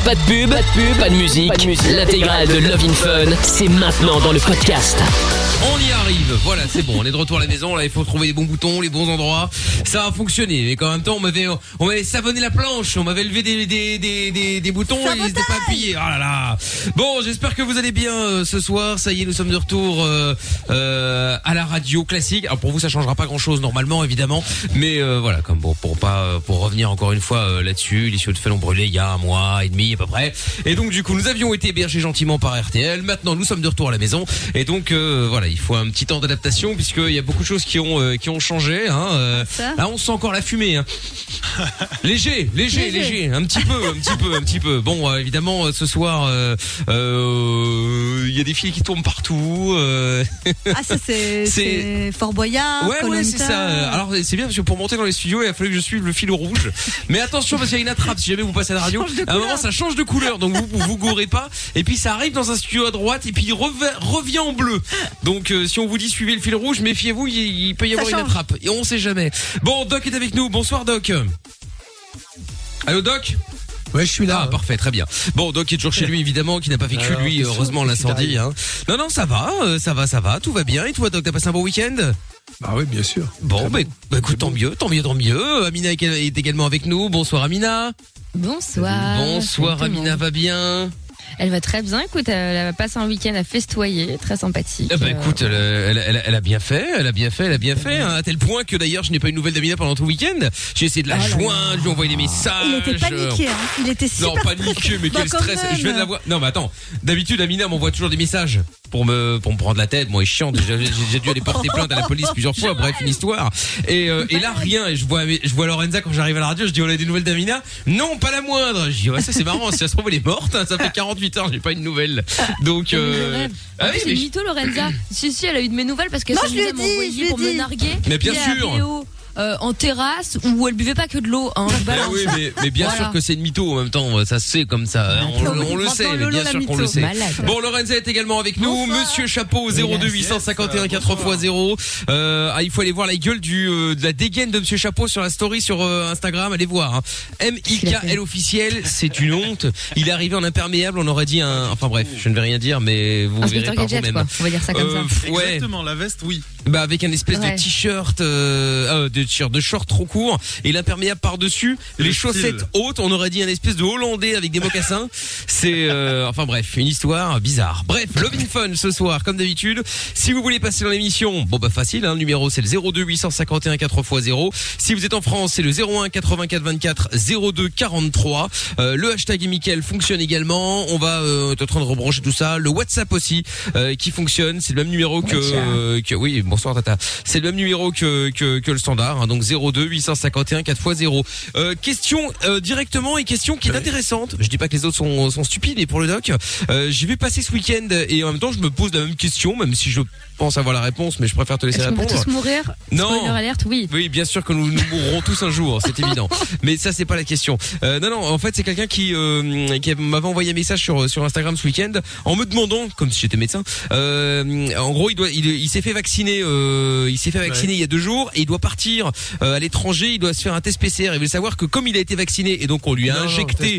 Pas de pub, pas de musique. L'intégrale de Love in Fun, c'est maintenant dans le podcast. On y arrive, voilà, c'est bon, on est de retour à la maison, là il faut trouver les bons boutons, les bons endroits. Ça a fonctionné, mais en même temps on m'avait savonné la planche, on m'avait levé des boutons et ils n'étaient pas appuyés. Oh là là. Bon, j'espère que vous allez bien ce soir. Ça y est, nous sommes de retour à la radio classique. Alors pour vous ça changera pas grand-chose normalement évidemment, mais voilà, comme bon pour revenir encore une fois là-dessus, les tuyaux de feu ont brûlé il y a un mois et demi à peu près. Et donc du coup, nous avions été hébergés gentiment par RTL. Maintenant, nous sommes de retour à la maison et donc voilà, il faut un petit temps d'adaptation puisqu'il y a beaucoup de choses qui ont changé. Là, on sent encore la fumée. Hein. Léger, un petit peu. Bon, évidemment, ce soir, il y a des filles qui tombent partout. Ça c'est Fort Boyard. Ouais, c'est ça. Alors c'est bien parce que pour monter dans les studios, il a fallu que je suive le fil rouge. Mais attention parce qu'il y a une attrape. Si jamais vous passez à la radio, à un moment ça change de couleur, donc vous gourrez pas. Et puis ça arrive dans un studio à droite et puis il revient en bleu. Donc si on vous dit suivez le fil rouge, méfiez-vous, il peut y avoir une attrape. Et on sait jamais. Bon, Doc est avec nous. Bonsoir Doc. Allô Doc? Ouais, je suis là. Ah, parfait, très bien. Bon, Doc est toujours chez lui, évidemment, qui n'a pas vécu, lui, heureusement, l'incendie. Hein. Non, ça va, tout va bien. Et toi, Doc, t'as passé un bon week-end? Bah oui, bien sûr. Bon, écoute, tant mieux. Amina est également avec nous. Bonsoir, Amina. Bonsoir, Amina va bien? Elle va très bien, écoute, elle a passé un week-end à festoyer, très sympathique. Écoute, elle a bien fait, hein, à tel point que d'ailleurs je n'ai pas eu de nouvelles d'Amina pendant tout le week-end. J'ai essayé de la joindre, je lui ai envoyé des messages. Il était paniqué, hein. Il était super Non, paniqué, mais quel stress. Je viens de la voir. Non, mais attends. D'habitude, Amina m'envoie toujours des messages pour me prendre la tête. Moi, il est chiant. J'ai dû aller porter plainte à la police plusieurs fois. Bref, une histoire. Et là, rien. Et je vois Lorenza quand j'arrive à la radio. Je dis, on a des nouvelles d'Amina? Non, pas la moindre. Je dis, ouais, ça c'est marrant. Si ça se trouve, elle est morte. Ça fait 48 heures, j'ai pas une nouvelle. Donc, c'est mytho, Lorenza. Si, elle a eu de mes nouvelles parce que ça nous a envoyé pour me narguer. Mais bien sûr. En terrasse où elle buvait pas que de l'eau. Hein, oui, mais bien sûr que c'est une mytho en même temps. Ça se sait comme ça. On le sait, mais bien sûr qu'on le sait. Malade. Bon, Lorenza est également avec nous. Bonsoir. Monsieur Chapeau 02 851 4x0. Il faut aller voir la gueule de la dégaine de Monsieur Chapeau sur la story sur Instagram. Allez voir. Hein. MIKL officiel, c'est une honte. Il est arrivé en imperméable. On aurait dit enfin bref, je ne vais rien dire, mais vous verrez par vous-même. On va dire ça comme ça. Ouais. Exactement, la veste, oui. Bah avec un espèce de t-shirt, de short trop court et l'imperméable par-dessus, les chaussettes hautes, on aurait dit un espèce de Hollandais avec des mocassins. C'est enfin bref, une histoire bizarre. Bref, Love in Fun ce soir comme d'habitude. Si vous voulez passer dans l'émission, facile, hein, le numéro c'est le 02 851 4x0. Si vous êtes en France, c'est le 01 84 24 02 43. Le hashtag Mickaël fonctionne également. On va être en train de rebrancher tout ça. Le WhatsApp aussi qui fonctionne, c'est le même numéro que oui, bonsoir Tata. C'est le même numéro que le standard, hein, donc 02 851 4x0. Question directement et question qui est intéressante. Je dis pas que les autres sont stupides et pour le doc, j'ai vu passer ce week-end et en même temps je me pose la même question, même si je pense avoir la réponse, mais je préfère te laisser répondre. On va tous mourir? Non. Spoiler alerte, oui. Oui, bien sûr que nous mourrons tous un jour, c'est évident. Mais ça c'est pas la question. Non, en fait c'est quelqu'un qui m'avait envoyé un message sur Instagram ce week-end en me demandant, comme si j'étais médecin, en gros il s'est fait vacciner, il y a 2 jours et il doit partir à l'étranger, il doit se faire un test PCR. Il veut savoir que comme il a été vacciné et donc on lui a injecté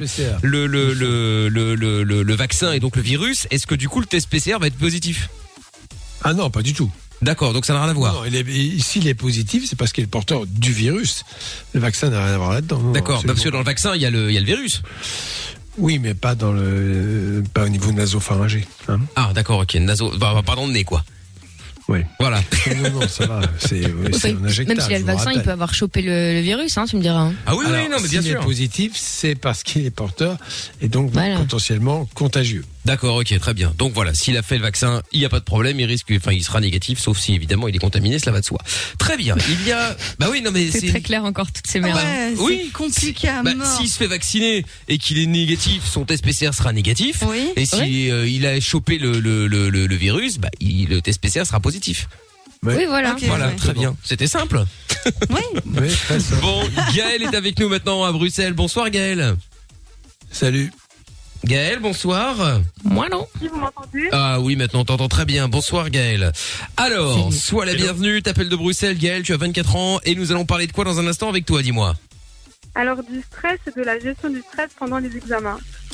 le vaccin et donc le virus, est-ce que du coup le test PCR va être positif? Ah non, pas du tout. D'accord, donc ça n'a rien à voir. Non, s'il est positif, c'est parce qu'il est porteur du virus. Le vaccin n'a rien à voir là-dedans. D'accord, parce que dans le vaccin, il y a le virus. Oui, mais pas au niveau nasopharyngé. Hein. Ah, d'accord, ok, pas dans le nez, quoi. Oui. Voilà. Non, ça va. C'est injectable. Même s'il a le vaccin, il peut avoir chopé le virus, hein, tu me diras. Hein. Ah oui, non, mais bien sûr. S'il est positif, c'est parce qu'il est porteur et donc potentiellement contagieux. D'accord, ok, très bien. Donc voilà, s'il a fait le vaccin, il n'y a pas de problème, il sera négatif, sauf si évidemment il est contaminé, cela va de soi. Très bien. Il y a, c'est très clair encore toutes ces merdes. Ouais, oui, compliqué à mort. S'il se fait vacciner et qu'il est négatif, son test PCR sera négatif. Oui. Et si il a chopé le virus, le test PCR sera positif. Oui, voilà. Okay, voilà, très bien. C'était simple. Oui. Très simple. Bon, Gaël est avec nous maintenant à Bruxelles. Bonsoir Gaël. Salut. Gaël, bonsoir. Moi non. Si vous m'entendez? Ah oui, maintenant on t'entend très bien. Bonsoir Gaël. Alors, sois la bienvenue, t'appelles de Bruxelles Gaël, tu as 24 ans et nous allons parler de quoi dans un instant avec toi, dis-moi. Alors du stress et de la gestion du stress pendant les examens.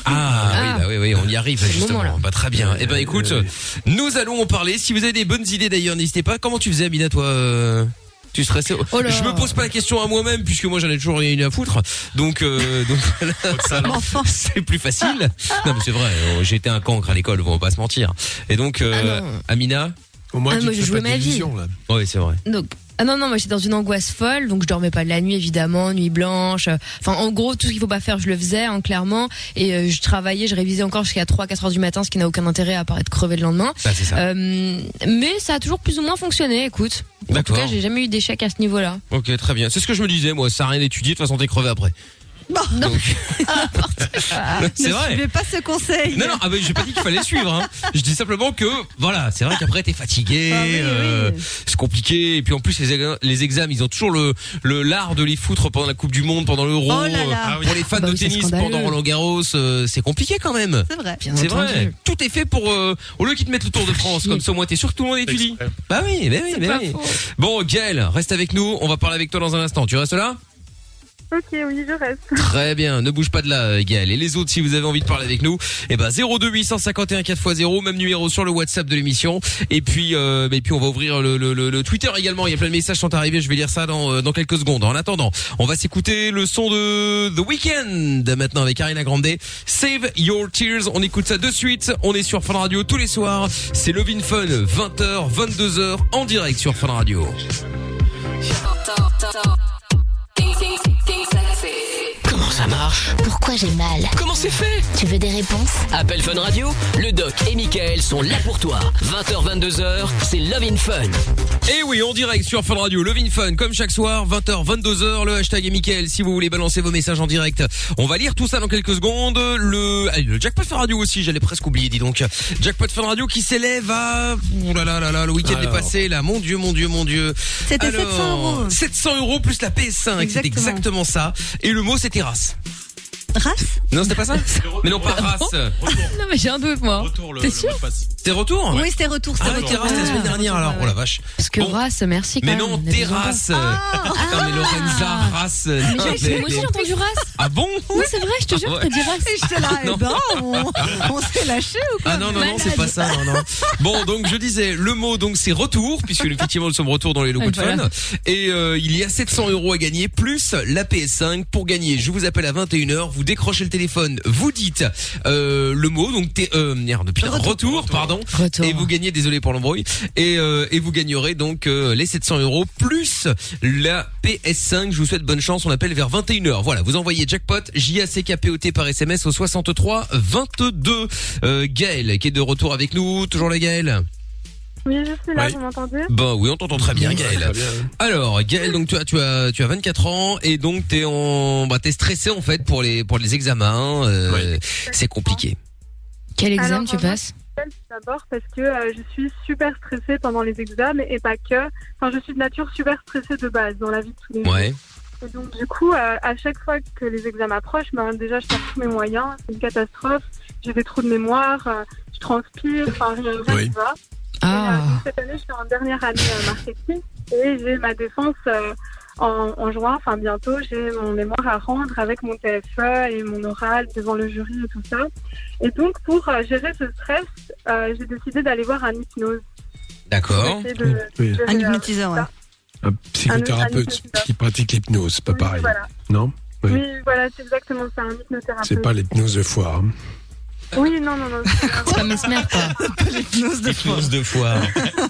Oui, on y arrive justement. Bah très bien. Eh ben écoute, nous allons en parler. Si vous avez des bonnes idées d'ailleurs, n'hésitez pas. Comment tu faisais, Amina, toi tu stressais? Je me pose pas la question à moi-même puisque moi j'en ai toujours rien à foutre. Donc voilà, c'est plus facile. Non mais c'est vrai, j'étais un cancre à l'école, on va pas se mentir. Et donc Amina, au moins moi je jouais ma vie. Oui, c'est vrai. Donc non, moi j'étais dans une angoisse folle, donc je dormais pas de la nuit évidemment, nuit blanche. Enfin en gros tout ce qu'il faut pas faire je le faisais clairement, et je travaillais, je révisais encore jusqu'à 3-4 heures du matin, ce qui n'a aucun intérêt à part être crevé le lendemain. C'est ça. Mais ça a toujours plus ou moins fonctionné, écoute. En tout cas j'ai jamais eu d'échec à ce niveau-là. Ok, très bien. C'est ce que je me disais moi, ça a rien d'étudier, de toute façon t'es crevé après. Bon, donc... c'est vrai. Ne suivez pas ce conseil. Non, j'ai pas dit qu'il fallait suivre. Hein. Je dis simplement que, voilà, c'est vrai qu'après t'es fatigué, c'est compliqué. Et puis en plus les examens, ils ont toujours l'art de les foutre pendant la Coupe du Monde, pendant l'Euro. Oh là là. Pour les fans de tennis, pendant Roland Garros, c'est compliqué quand même. C'est vrai. C'est vrai. Tout est fait pour au lieu qu'ils te mettent le Tour de France, comme ça au moins t'es sûr que tout le monde étudie. Bah oui. Bon, Gaël, reste avec nous. On va parler avec toi dans un instant. Tu restes là? Ok, oui, je reste. Très bien, ne bouge pas de là, Gaël. Et les autres, si vous avez envie de parler avec nous, 02 851 4x0, même numéro sur le WhatsApp de l'émission. Et puis on va ouvrir le Twitter également. Il y a plein de messages qui sont arrivés. Je vais lire ça dans quelques secondes. En attendant, on va s'écouter le son de The Weeknd maintenant avec Ariana Grande. Save Your Tears. On écoute ça de suite. On est sur Fun Radio tous les soirs. C'est Love in Fun, 20h, 22h en direct sur Fun Radio. Comment ça marche? Pourquoi j'ai mal? Comment c'est fait? Tu veux des réponses? Appel Fun Radio, le doc et Mickaël sont là pour toi. 20h, 22h, c'est Love in Fun. Et oui, en direct sur Fun Radio, Love in Fun, comme chaque soir, 20h, 22h, le hashtag est Mickaël, si vous voulez balancer vos messages en direct. On va lire tout ça dans quelques secondes. Le Jackpot Fun Radio aussi, j'allais presque oublier, dis donc. Jackpot Fun Radio qui s'élève à... Oh là là, le week-end est passé, là, mon Dieu. C'était 700 €. 700 € plus la PS5, c'est exactement ça. Et le mot, c'était race. Race? Non, c'était pas ça? Mais non, pas race. Non, mais j'ai un doute, moi. T'es sûr? C'était retour? Oui, c'était retour. Terrasse la semaine dernière, alors. Oh la vache. Parce que race, merci quand mais même. non, terrasse. Putain, mais Lorenza, race. Mais moi aussi j'ai entendu race. Ah bon? Oui, c'est vrai, je te jure, t'as dit race. Et j'étais là, on s'est lâché ou quoi? Ah non, c'est pas ça, non. Bon, donc je disais, le mot, donc c'est retour, puisque effectivement nous sommes retour dans les locaux de Fun. Et il y a 700 € à gagner, plus la PS5. Pour gagner, je vous appelle à 21h, vous décrochez le téléphone, vous dites le mot, donc retour, pardon. Et vous gagnez, désolé pour l'embrouille, et vous gagnerez donc les 700 € plus la PS5. Je vous souhaite bonne chance, on appelle vers 21h. Voilà, vous envoyez jackpot, JACKPOT par SMS au 63 22. Gaël qui est de retour avec nous, toujours la Gaël. Oui, je suis là, vous m'entendez? Bah oui, on t'entend très bien, Gaël. Très bien. Alors, Gaël, donc tu as 24 ans et donc t'es stressé en fait pour les examens. C'est compliqué. Quel examen tu passes? D'abord parce que je suis super stressée pendant les examens et pas que. Enfin, je suis de nature super stressée de base dans la vie de tous les jours. Et donc du coup, à chaque fois que les examens approchent, déjà je perds tous mes moyens, c'est une catastrophe. J'ai des trous de mémoire, je transpire, enfin rien ne va. Donc, cette année, je suis en dernière année marketing et j'ai ma défense en juin, enfin bientôt, j'ai mon mémoire à rendre avec mon TFE et mon oral devant le jury et tout ça. Et donc pour gérer ce stress, j'ai décidé d'aller voir un hypnose. D'accord. Un hypnotiseur, ouais. Un psychothérapeute qui pratique l'hypnose, c'est pas pareil. Voilà. Non? Oui, voilà, c'est exactement ça, un hypnothérapeute. C'est pas l'hypnose de foire. Hein. Oui, non. C'est pas Mesmer, quoi. L'hypnose de foire.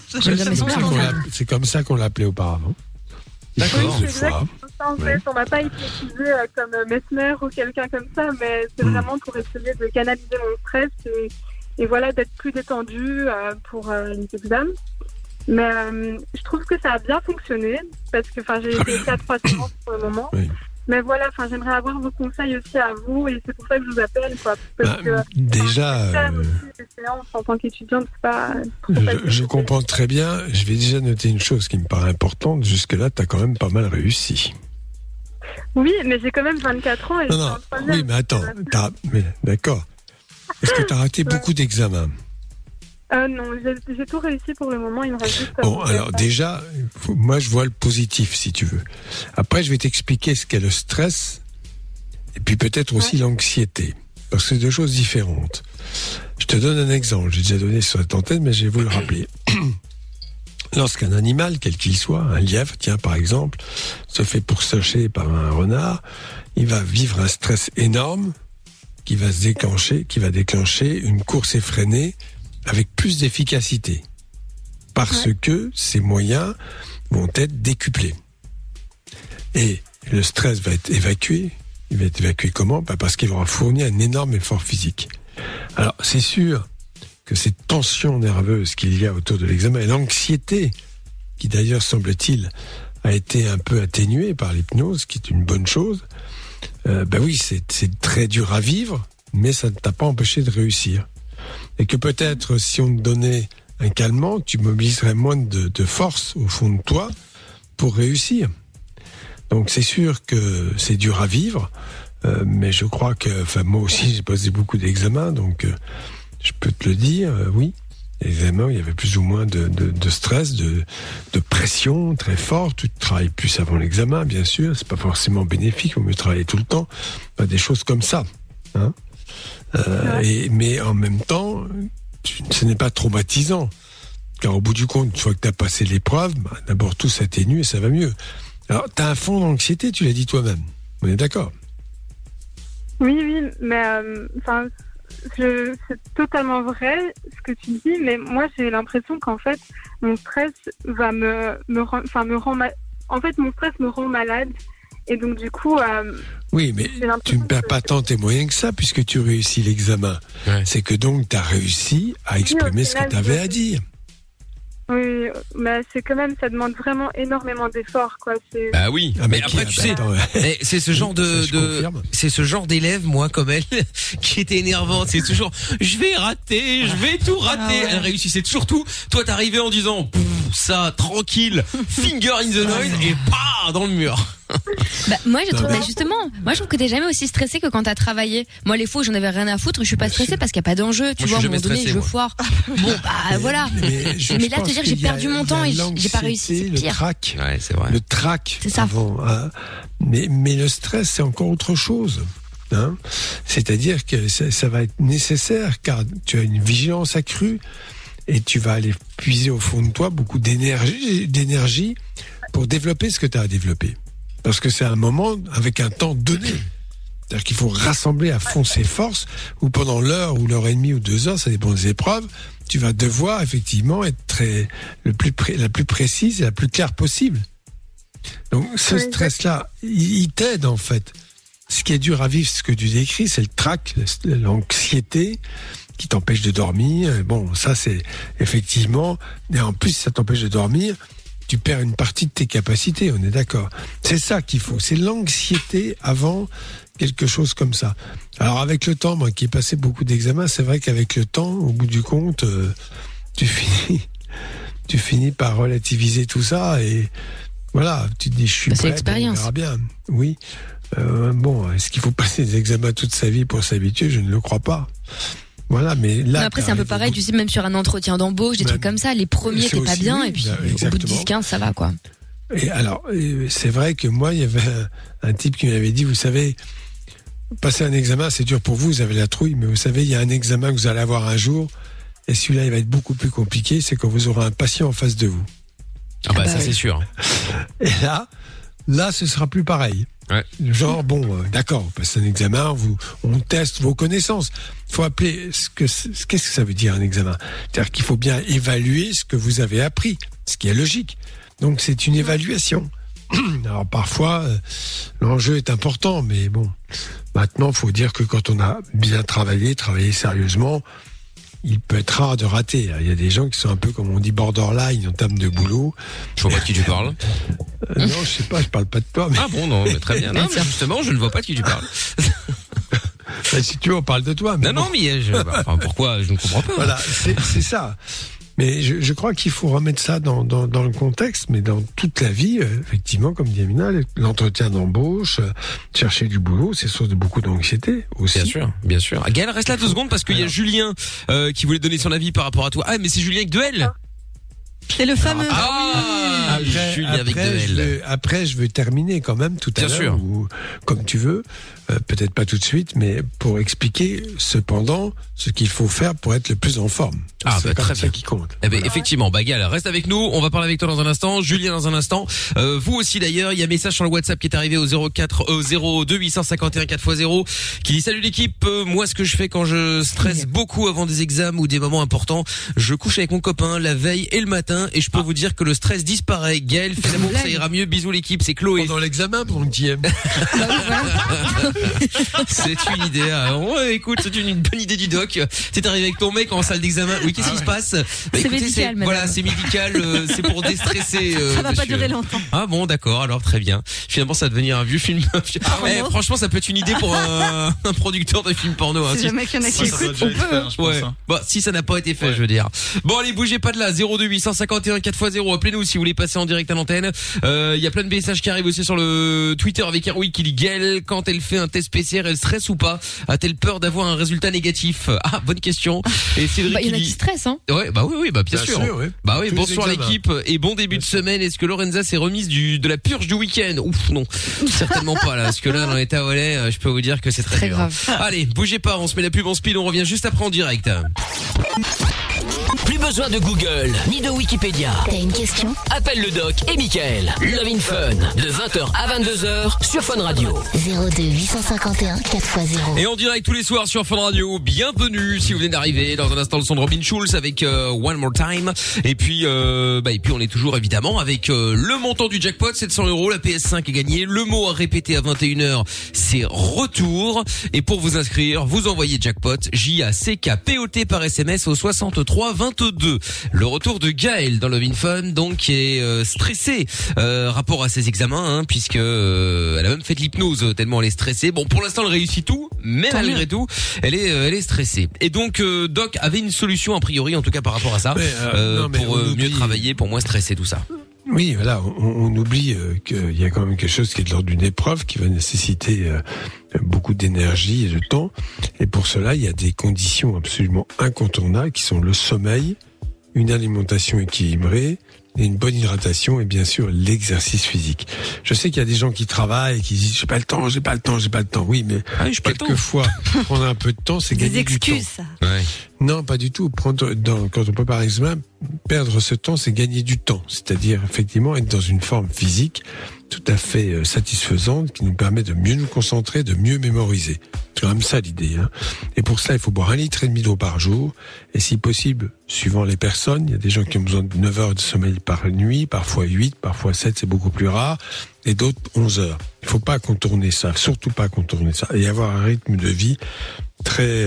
C'est comme ça qu'on l'appelait auparavant. D'accord. Oui, c'est exactement ça, en fait. On m'a pas hypnotisé comme Mesmer ou quelqu'un comme ça, mais c'est vraiment pour essayer de canaliser mon stress et voilà, d'être plus détendu pour les examens. Mais je trouve que ça a bien fonctionné parce que j'ai été à 3 séances pour le moment. Oui. Mais voilà, j'aimerais avoir vos conseils aussi à vous et c'est pour ça que je vous appelle, quoi. Parce que déjà, les séances en tant qu'étudiante, c'est pas trop je comprends très bien. Je vais déjà noter une chose qui me paraît importante. Jusque-là, tu as quand même pas mal réussi. Oui, mais j'ai quand même 24 ans et non. Oui, mais attends, d'accord. Est-ce que tu as raté beaucoup d'examens? Non, j'ai tout réussi pour le moment, il me reste juste... Bon, alors déjà, moi je vois le positif si tu veux. Après, je vais t'expliquer ce qu'est le stress et puis peut-être aussi l'anxiété. parce que c'est deux choses différentes. Je te donne un exemple, j'ai déjà donné sur cette antenne, mais je vais vous le rappeler. Lorsqu'un animal, quel qu'il soit, un lièvre, tiens, par exemple, se fait pourchaser par un renard, il va vivre un stress énorme qui va déclencher une course effrénée avec plus d'efficacité. Parce que ses moyens vont être décuplés. Et le stress va être évacué. Il va être évacué comment ? Parce qu'il aura fourni un énorme effort physique. Alors, c'est sûr que cette tension nerveuse qu'il y a autour de l'examen et l'anxiété, qui d'ailleurs, semble-t-il, a été un peu atténuée par l'hypnose, qui est une bonne chose, oui, c'est très dur à vivre, mais ça ne t'a pas empêché de réussir. Et que peut-être, si on te donnait un calmant, tu mobiliserais moins de force au fond de toi pour réussir. Donc c'est sûr que c'est dur à vivre, mais je crois que, moi aussi j'ai passé beaucoup d'examens, donc je peux te le dire, oui. Les examens, il y avait plus ou moins de stress, de pression très forte. Tu travailles plus avant l'examen, bien sûr. C'est pas forcément bénéfique, il vaut mieux travailler tout le temps. Des choses comme ça. Hein. Mais en même temps, ce n'est pas traumatisant. Car au bout du compte, une fois que tu as passé l'épreuve, d'abord tout s'atténue et ça va mieux. Alors, tu as un fond d'anxiété, tu l'as dit toi-même. On est d'accord ? Oui, mais c'est totalement vrai ce que tu dis, mais moi j'ai l'impression qu'en fait mon stress va mon stress me rend malade, et donc du coup oui, mais tu ne perds pas tant tes moyens que ça puisque tu réussis l'examen. Ouais. C'est que donc tu as réussi à exprimer ce que tu avais à dire. Oui, mais c'est quand même, ça demande vraiment énormément d'efforts, quoi. Bah oui, mais après tu sais, c'est ce genre c'est ce genre d'élève, moi comme elle, qui était énervante. C'est toujours, je vais rater, je vais tout rater. Elle réussissait toujours tout. Toi t'arrivais en disant, ça, tranquille, finger in the noise et pas dans le mur. Moi je trouve que t'es jamais aussi stressé que quand t'as travaillé. Moi les fois où j'en avais rien à foutre, je suis pas stressé parce qu'il y a pas d'enjeu, tu vois, à un moment donné je foire. Bon voilà. Mais là te dire j'ai perdu mon temps et j'ai pas réussi, c'est pire. Ouais, c'est vrai. Le trac. C'est ça. Mais le stress c'est encore autre chose. Hein, c'est-à-dire que ça va être nécessaire car tu as une vigilance accrue et tu vas aller puiser au fond de toi beaucoup d'énergie pour développer ce que tu as à développer. Parce que c'est un moment avec un temps donné. C'est-à-dire qu'il faut rassembler à fond ses forces, ou pendant l'heure, ou l'heure et demie, ou 2 heures, ça dépend des épreuves, tu vas devoir effectivement être la plus précise et la plus claire possible. Donc ce stress-là, il t'aide en fait. Ce qui est dur à vivre, ce que tu décris, c'est le trac, l'anxiété qui t'empêche de dormir. Bon, ça c'est effectivement... Et en plus, ça t'empêche de dormir, tu perds une partie de tes capacités, on est d'accord. C'est ça qu'il faut, c'est l'anxiété avant quelque chose comme ça. Alors avec le temps, moi qui ai passé beaucoup d'examens, c'est vrai qu'avec le temps, au bout du compte, tu finis par relativiser tout ça et voilà, tu te dis je suis prêt, on verra bien. Oui. Est-ce qu'il faut passer des examens toute sa vie pour s'habituer ? Je ne le crois pas. Voilà, mais là. Après, c'est un peu pareil, tu sais, même sur un entretien d'embauche, des trucs comme ça, les premiers, t'es pas bien, et puis au bout de 10-15, ça va, quoi. Et alors, c'est vrai que moi, il y avait un type qui m'avait dit, vous savez, passer un examen, c'est dur pour vous, vous avez la trouille, mais vous savez, il y a un examen que vous allez avoir un jour, et celui-là, il va être beaucoup plus compliqué, c'est quand vous aurez un patient en face de vous. Ah bah ça, c'est sûr. Et là, ce sera plus pareil. Ouais. Genre, d'accord, on passe un examen, on teste vos connaissances. Il faut appeler qu'est-ce que ça veut dire un examen ? C'est-à-dire qu'il faut bien évaluer ce que vous avez appris, ce qui est logique. Donc c'est une évaluation. Alors parfois, l'enjeu est important, mais bon, maintenant, il faut dire que quand on a bien travaillé sérieusement, il peut être rare de rater. Il y a des gens qui sont un peu, comme on dit, borderline en termes de boulot. Je vois pas de qui tu parles. Non, je sais pas, je parle pas de toi. Mais... Ah bon, non, mais très bien. Non, mais justement, je ne vois pas de qui tu parles. Si tu veux, on parle de toi. Mais non, mais pourquoi ? Je ne comprends pas. Voilà, c'est ça. Mais je crois qu'il faut remettre ça dans le contexte, mais dans toute la vie, effectivement, comme dit Amina, l'entretien d'embauche, chercher du boulot, c'est source de beaucoup d'anxiété aussi. Bien sûr. Gaël, reste là 2 secondes parce qu'il y a Julien qui voulait donner son avis par rapport à toi. Ah, mais c'est Julien avec 2 L. C'est le fameux. Julien avec 2 L. Après, je veux terminer quand même tout à l'heure. Bien sûr. Ou comme tu veux. peut-être pas tout de suite, mais pour expliquer cependant ce qu'il faut faire pour être le plus en forme. C'est très ça bien qui compte. Eh ben, effectivement, Gal, reste avec nous. On va parler avec toi dans un instant. Julien dans un instant. Vous aussi d'ailleurs, il y a un message sur le WhatsApp qui est arrivé au 02 851 4x0 qui dit salut l'équipe. Moi, ce que je fais quand je stresse beaucoup avant des examens ou des moments importants, je couche avec mon copain la veille et le matin et je peux vous dire que le stress disparaît. Gaël, fais l'amour, ça ira mieux. Bisous l'équipe, c'est Chloé. Pendant l'examen, pendant que tu aimes. C'est une idée. Ouais, écoute, c'est une bonne idée du doc. T'es arrivé avec ton mec en salle d'examen. Oui, qu'est-ce qui se passe? C'est médical, madame. Voilà, c'est médical, c'est pour déstresser. Ça va pas monsieur. durer longtemps. Ah bon, d'accord, alors très bien. Finalement, ça va devenir un vieux film. Franchement, ça peut être une idée pour un producteur de film porno. Si jamais il y en a qui écoutent, on peut. Ouais. Bon, si ça n'a pas été fait, je veux dire. Bon, allez, bougez pas de là. 02 851 4x0. Appelez-nous si vous voulez passer en direct à l'antenne. Il y a plein de messages qui arrivent aussi sur le Twitter avec Héroïque qui dit Gaël, quand elle fait un test PCR, elle stresse ou pas? A-t-elle peur d'avoir un résultat négatif? Ah, bonne question. Et Cédric il y en a qui stressent, hein. Ouais, oui, bien sûr. Ouais. Bah oui, Tous bonsoir les examens. l'équipe et bon début de semaine. Est-ce que Lorenza s'est remise de la purge du week-end? Ouf, non. Certainement pas, là. Parce que là, dans l'état où elle est, je peux vous dire que c'est très dur. grave. Allez, bougez pas, on se met la pub en speed, on revient juste après en direct. Plus besoin de Google, ni de Wikipédia. T'as une question? Appelle le doc et Mickaël. Love in Fun, de 20h à 22h sur Fun Radio. 02 851 4x0. Et en direct tous les soirs sur Fun Radio. Bienvenue si vous venez d'arriver. Dans un instant, le son de Robin Schulz avec One More Time. Et puis on est toujours évidemment avec le montant du jackpot, 700 €. La PS5 est gagnée. Le mot à répéter à 21h, c'est retour. Et pour vous inscrire, vous envoyez jackpot, JACKPOT par SMS au 63 22. Le retour de Gaël dans Love in Fun, donc qui est stressée rapport à ses examens, puisque elle a même fait de l'hypnose tellement elle est stressée. Bon, pour l'instant, elle réussit tout, mais malgré tout, elle est stressée. Et donc, Doc avait une solution a priori, en tout cas par rapport à ça, pour mieux travailler, pour moins stresser tout ça. Oui, voilà, on oublie qu'il y a quand même quelque chose qui est de l'ordre d'une épreuve qui va nécessiter beaucoup d'énergie et de temps. Et pour cela, il y a des conditions absolument incontournables qui sont le sommeil, une alimentation équilibrée, et une bonne hydratation et bien sûr l'exercice physique. Je sais qu'il y a des gens qui travaillent et qui disent j'ai pas le temps. Oui, mais quelquefois prendre un peu de temps, c'est gagner du temps. Des excuses, ça. Ouais. Non, pas du tout. Quand on prépare l'examen, perdre ce temps, c'est gagner du temps. C'est-à-dire, effectivement, être dans une forme physique tout à fait satisfaisante qui nous permet de mieux nous concentrer, de mieux mémoriser. C'est quand même ça l'idée. Et pour cela, il faut boire 1,5 litre d'eau par jour. Et si possible, suivant les personnes, il y a des gens qui ont besoin de 9 heures de sommeil par nuit, parfois 8, parfois 7, c'est beaucoup plus rare. Et d'autres 11 heures. Il faut pas contourner ça, surtout pas contourner ça. Et avoir un rythme de vie très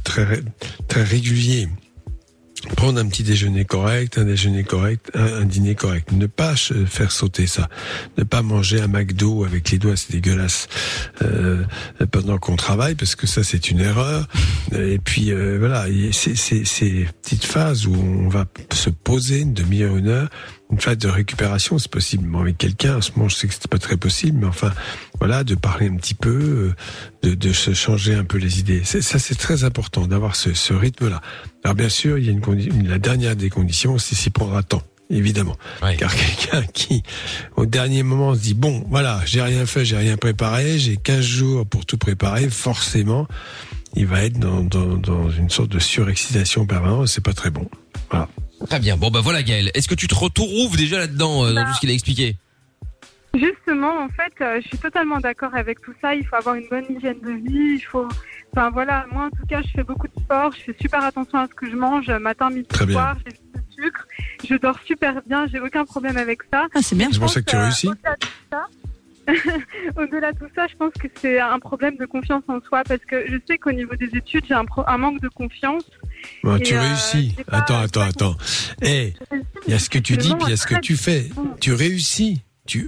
régulier. Prendre un petit déjeuner correct, un déjeuner correct, un dîner correct. Ne pas faire sauter ça. Ne pas manger un McDo avec les doigts, c'est dégueulasse, pendant qu'on travaille, parce que ça, c'est une erreur. Et puis, voilà, ces petites phases où on va se poser une demi-heure, une heure, une phase de récupération, c'est possible. Bon, avec quelqu'un, en ce moment, je sais que c'est pas très possible, mais enfin, voilà, de parler un petit peu, de se changer un peu les idées. Ça, c'est très important d'avoir ce rythme-là. Alors, bien sûr, il y a la dernière des conditions, c'est s'y prendra temps. Évidemment. Ouais. Car quelqu'un qui, au dernier moment, se dit, bon, voilà, j'ai rien fait, j'ai rien préparé, j'ai 15 jours pour tout préparer, forcément, il va être dans une sorte de surexcitation permanente, c'est pas très bon. Voilà. Très bien. Bon, bah voilà, Gaël. Est-ce que tu te retrouves déjà là-dedans, dans tout ce qu'il a expliqué? Justement, en fait, je suis totalement d'accord avec tout ça. Il faut avoir une bonne hygiène de vie. Enfin voilà, moi en tout cas, je fais beaucoup de sport. Je fais super attention à ce que je mange, matin, midi, soir. J'ai du sucre. Je dors super bien. J'ai aucun problème avec ça. Ah, c'est bien. C'est pour ça que tu réussis. Au-delà de tout ça, je pense que c'est un problème de confiance en soi parce que je sais qu'au niveau des études, j'ai un manque de confiance. Bon, tu réussis. Attends. Il y a ce que tu dis, puis il y a ce que tu fais. Tu réussis.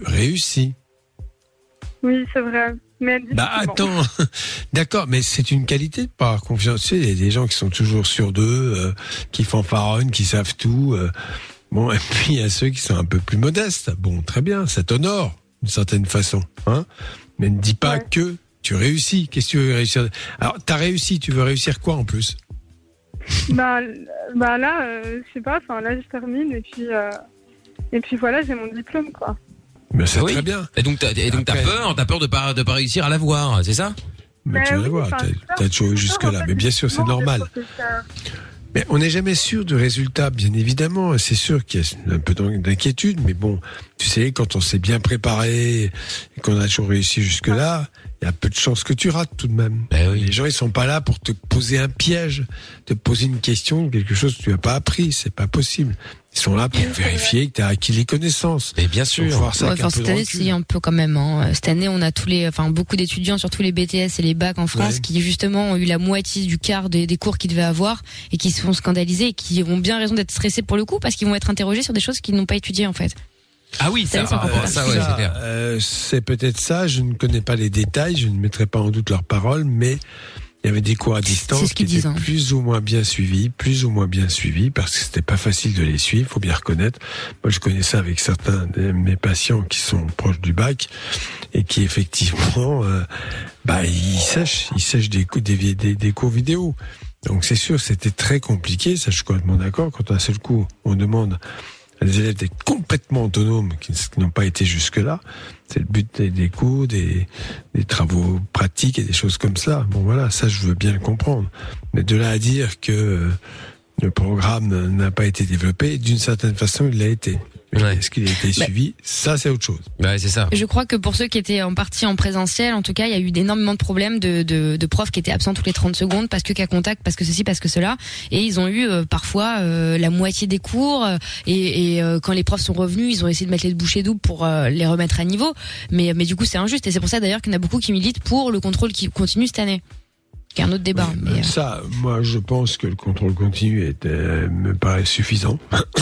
Oui, c'est vrai. Mais attends. D'accord, mais c'est une qualité de pas avoir confiance. Tu sais, il y a des gens qui sont toujours sûrs d'eux, qui fanfaronnent, qui savent tout. Bon, et puis il y a ceux qui sont un peu plus modestes. Bon, très bien, ça t'honore d'une certaine façon, Mais ne dis pas que tu réussis. Qu'est-ce que tu veux réussir? Alors, t'as réussi, tu veux réussir quoi en plus? Là, je sais pas. Enfin, là, je termine et puis voilà, j'ai mon diplôme, quoi. Mais c'est très bien. Et donc t'as peur de pas réussir à l'avoir, c'est ça? Mais tu vas voir, t'as toujours eu jusque-là. Mais bien sûr, c'est normal. Mais on n'est jamais sûr du résultat, bien évidemment. C'est sûr qu'il y a un peu d'inquiétude, mais bon, tu sais, quand on s'est bien préparé et qu'on a toujours réussi jusque-là, il y a peu de chances que tu rates tout de même. Oui. Les gens, ils sont pas là pour te poser un piège, te poser une question, quelque chose que tu n'as pas appris. C'est pas possible. Ils sont là pour vérifier que tu as acquis les connaissances. Et bien sûr. Cette année, si, un peu quand même. Cette année, on a beaucoup d'étudiants, surtout les BTS et les bacs en France, qui justement ont eu la moitié du quart des cours qu'ils devaient avoir et qui se font scandaliser et qui ont bien raison d'être stressés pour le coup parce qu'ils vont être interrogés sur des choses qu'ils n'ont pas étudiées en fait. Ah oui, c'est clair. C'est peut-être ça. Je ne connais pas les détails. Je ne mettrai pas en doute leurs paroles, mais il y avait des cours à distance qui étaient plus ou moins bien suivis, parce que c'était pas facile de les suivre, faut bien reconnaître. Moi, je connais ça avec certains de mes patients qui sont proches du bac et qui effectivement, ils sèchent des cours vidéo. Donc c'est sûr, c'était très compliqué. Ça, je suis complètement d'accord. Quand d'un seul coup, on demande à des élèves d'être complètement autonomes, qui n'ont pas été jusque-là. C'est le but des cours, des travaux pratiques et des choses comme ça. Bon voilà, ça je veux bien le comprendre. Mais de là à dire que le programme n'a pas été développé, d'une certaine façon il l'a été. Est-ce qu'il a été suivi? Ça, c'est autre chose. Ouais, c'est ça. Je crois que pour ceux qui étaient en partie en présentiel, en tout cas, il y a eu énormément de problèmes de profs qui étaient absents toutes les 30 secondes parce que cas contact, parce que ceci, parce que cela. Et ils ont eu parfois la moitié des cours. Et quand les profs sont revenus, ils ont essayé de mettre les bouchées doubles pour les remettre à niveau. Mais du coup, c'est injuste. Et c'est pour ça d'ailleurs qu'il y en a beaucoup qui militent pour le contrôle qui continue cette année. Qui est un autre débat. Mais ça, moi, je pense que le contrôle continu me paraît suffisant.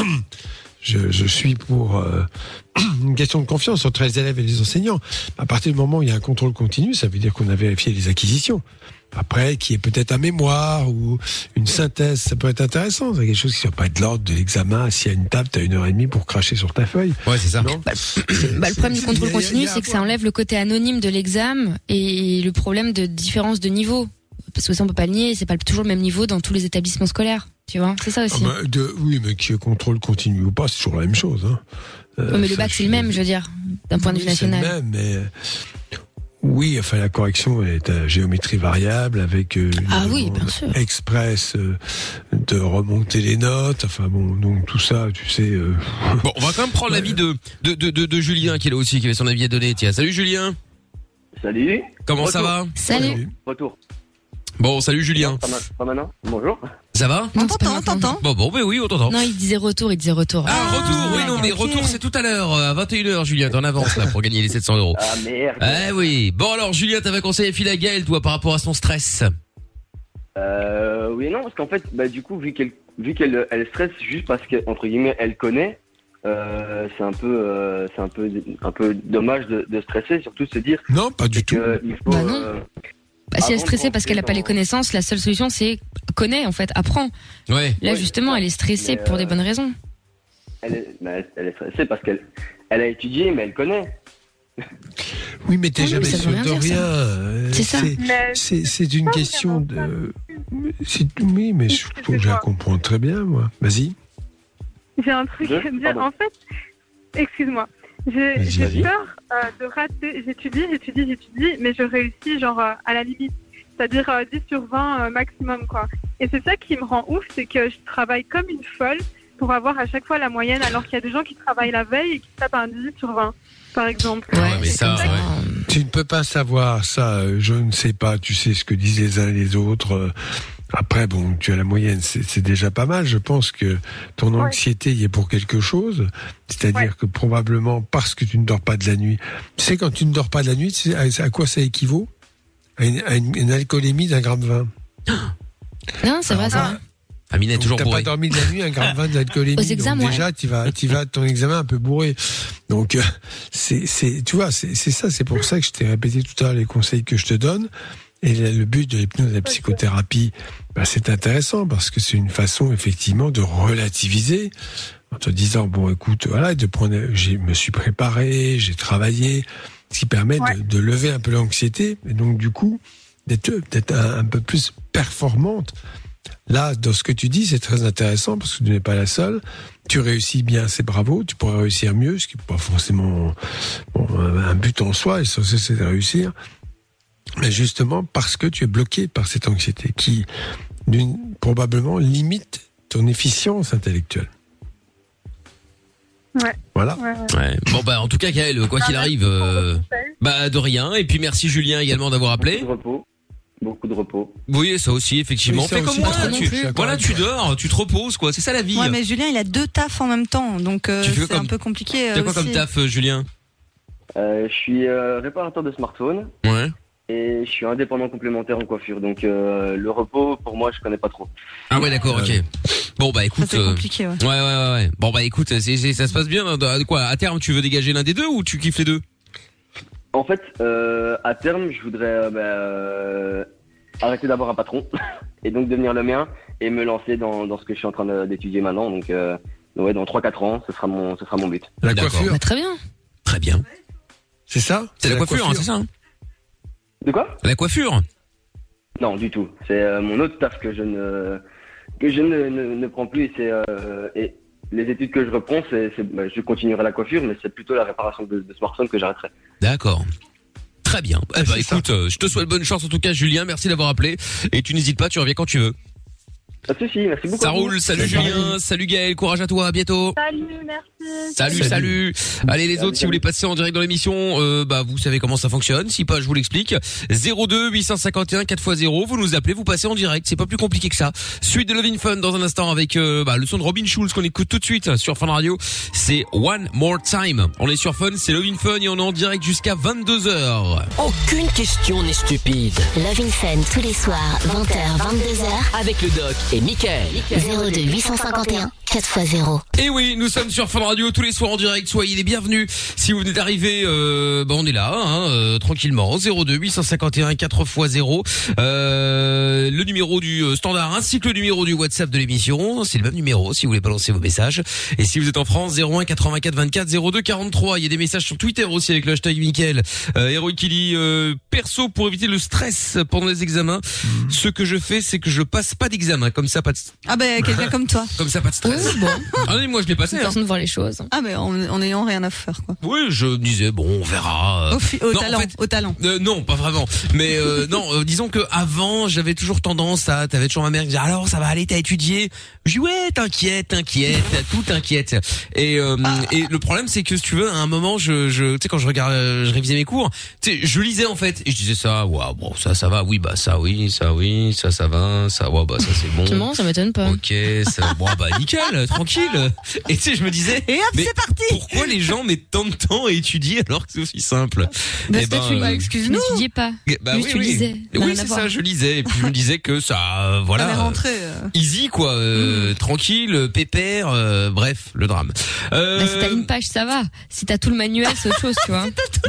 Je suis pour une question de confiance entre les élèves et les enseignants. À partir du moment où il y a un contrôle continu, ça veut dire qu'on a vérifié les acquisitions. Après, qui est peut-être un mémoire ou une synthèse, ça peut être intéressant. C'est quelque chose qui ne soit pas de l'ordre de l'examen. Assis à une table, t'as 1h30 pour cracher sur ta feuille. Ouais, c'est ça. Le problème du contrôle continu, c'est que ça enlève le côté anonyme de l'examen et le problème de différence de niveau. Parce que ça, on peut pas le nier, c'est pas toujours le même niveau dans tous les établissements scolaires. Tu vois, c'est ça aussi. Oui, mais qu'il y ait contrôle continu ou pas, c'est toujours la même chose. Hein. Mais le bac, c'est le même, je veux dire, d'un point de vue national. C'est le même, mais oui, enfin, la correction est à géométrie variable avec bien sûr. express de remonter les notes. Enfin bon, donc tout ça, tu sais. Bon, on va quand même prendre l'avis de Julien qui est là aussi, qui avait son avis à donner. Tiens, salut Julien. Salut. Comment ça va? Salut. Retour. Bon, salut Julien. Pas maintenant. Bonjour. Ça va? On t'entend. Bon, oui, on t'entend. Non, il disait retour. Ah, retour, oui, non, mais retour, c'est tout à l'heure, à 21h, Julien, t'en avances, là, pour gagner les 700 €. Ah, merde. Eh oui. Bon, alors, Julien, t'avais conseillé fil à Gaël, toi, par rapport à son stress. Oui et non, parce qu'en fait, du coup, vu qu'elle stresse juste parce qu'entre guillemets, elle connaît, c'est un peu dommage de stresser, surtout se dire. Non, pas du tout. Il faut, non. Si elle est stressée parce qu'elle n'a pas les connaissances, la seule solution c'est connaît en fait, apprend. Ouais. Là justement, elle est stressée pour des bonnes raisons. Elle est stressée parce qu'elle a étudié, mais elle connaît. Oui, mais t'es jamais sûr de rien. C'est ça. Mais c'est une question de. Oui, mais je trouve que je la comprends très bien, moi. Vas-y. J'ai un truc à dire. En fait, excuse-moi. J'ai peur de rater. J'étudie, mais je réussis genre à la limite. C'est-à-dire 10 sur 20 maximum, quoi. Et c'est ça qui me rend ouf, c'est que je travaille comme une folle pour avoir à chaque fois la moyenne, alors qu'il y a des gens qui travaillent la veille et qui tapent un 18 sur 20, par exemple. Ouais, mais ça, Tu ne peux pas savoir ça. Je ne sais pas. Tu sais ce que disent les uns et les autres. Après, bon, tu as la moyenne, c'est déjà pas mal. Je pense que ton anxiété y est pour quelque chose. C'est-à-dire que probablement parce que tu ne dors pas de la nuit. Tu sais, quand tu ne dors pas de la nuit, tu sais à quoi ça équivaut? À une alcoolémie d'1,20 g. Non, c'est vrai, ça. Amina est toujours bourrée. T'as pas dormi de la nuit, 1,20 g d'alcoolémie. Aux examens, donc déjà, tu vas à ton examen un peu bourré. Donc, tu vois, c'est ça. C'est pour ça que je t'ai répété tout à l'heure les conseils que je te donne. Et le but de l'hypnose et de la psychothérapie, c'est intéressant parce que c'est une façon effectivement de relativiser en te disant bon écoute voilà je me suis préparé, j'ai travaillé, ce qui permet de lever un peu l'anxiété et donc du coup d'être un peu plus performante. Là, dans ce que tu dis, c'est très intéressant parce que tu n'es pas la seule. Tu réussis bien, c'est bravo. Tu pourrais réussir mieux, ce qui n'est pas forcément un but en soi. L'essentiel, c'est de réussir. Mais justement parce que tu es bloqué par cette anxiété qui, probablement, limite ton efficience intellectuelle. Ouais. Voilà. Ouais. Bon bah en tout cas Gaël, quoi qu'il arrive, de rien. Et puis merci Julien également d'avoir appelé. Beaucoup de repos. Oui, ça aussi effectivement. Oui, ça Fais comme aussi, moi. pas trop non plus. Voilà, tu dors, tu te reposes quoi. C'est ça la vie. Ouais, mais Julien, il a 2 tafs en même temps, donc c'est un peu compliqué. T'as quoi comme taf, Julien? Je suis réparateur de smartphone. Ouais. Et je suis indépendant complémentaire en coiffure, donc le repos pour moi je connais pas trop. Ah ouais d'accord, ok. Bon bah écoute, c'est compliqué, ouais. Ouais. Bon bah écoute, ça se passe bien. Quoi, à terme tu veux dégager l'un des deux ou tu kiffes les deux? En fait, à terme je voudrais arrêter d'avoir un patron et donc devenir le mien et me lancer dans ce que je suis en train d'étudier maintenant. Donc ouais, dans 3-4 ans, ce sera mon but. La coiffure. Bah, très bien. Très bien. C'est ça? C'est la coiffure, hein, c'est ça hein? De quoi? La coiffure? Non, du tout. C'est mon autre taf que je ne prends plus et les études que je reprends, je continuerai la coiffure, mais c'est plutôt la réparation de smartphone que j'arrêterai. D'accord. Très bien. Écoute, je te souhaite bonne chance en tout cas Julien, merci d'avoir appelé et tu n'hésites pas, tu reviens quand tu veux. Pas de soucis, merci beaucoup. Ça roule, salut Julien, salut Gaël, courage à toi, à bientôt. Salut, merci. Salut. Allez les autres, si vous voulez passer en direct dans l'émission, vous savez comment ça fonctionne. Si pas, je vous l'explique. 02 851 4x0, vous nous appelez, vous passez en direct. C'est pas plus compliqué que ça. Suite de Love in Fun dans un instant avec le son de Robin Schulz qu'on écoute tout de suite sur Fun Radio. C'est One More Time. On est sur Fun, c'est Love in Fun et on est en direct jusqu'à 22h. Aucune question n'est stupide. Love in Fun tous les soirs, 20h, 22h. Avec le doc et Mickaël. 02 851 4x0. Et oui, nous sommes sur Fun Radio tous les soirs en direct. Soyez les bienvenus. Si vous venez d'arriver, on est là, tranquillement. 02 851 4x0. Le numéro du standard ainsi que le numéro du WhatsApp de l'émission. C'est le même numéro si vous voulez balancer vos messages. Et si vous êtes en France, 01 84 24 02 43. Il y a des messages sur Twitter aussi avec le hashtag Mickaël. Héroïque qui dit perso pour éviter le stress pendant les examens. Ce que je fais, c'est que je passe pas d'examen. Comme ça, pas de... Ah quelqu'un comme toi. Comme ça, pas de stress. Bon. Ah oui, moi je l'ai passé. Une façon de voir les choses. Ah en ayant rien à faire quoi. Oui, je me disais on verra. Au talent. Non, pas vraiment. Mais disons que avant, j'avais toujours tendance à t'avais toujours ma mère qui disait alors ça va aller, t'as étudié. Je dis ouais, t'inquiète, tout t'inquiète. Et le problème c'est que si tu veux, à un moment tu sais quand je révisais mes cours, tu sais, je lisais en fait et je disais ça, waouh, bon ça va, oui ça va, ça ouais ça c'est bon. Non, ça m'étonne pas. OK, ça nickel, tranquille. Et tu sais, je me disais et hop, c'est parti. Pourquoi les gens mettent tant de temps à étudier alors que c'est aussi simple? Excuse-nous. Tu n'étudiais pas. Tu lisais. Oui, c'est ça, je lisais et puis je me disais que ça easy quoi, tranquille, pépère, bref, le drame. Si t'as une page, ça va. Si t'as tout le manuel, c'est autre chose, tu vois.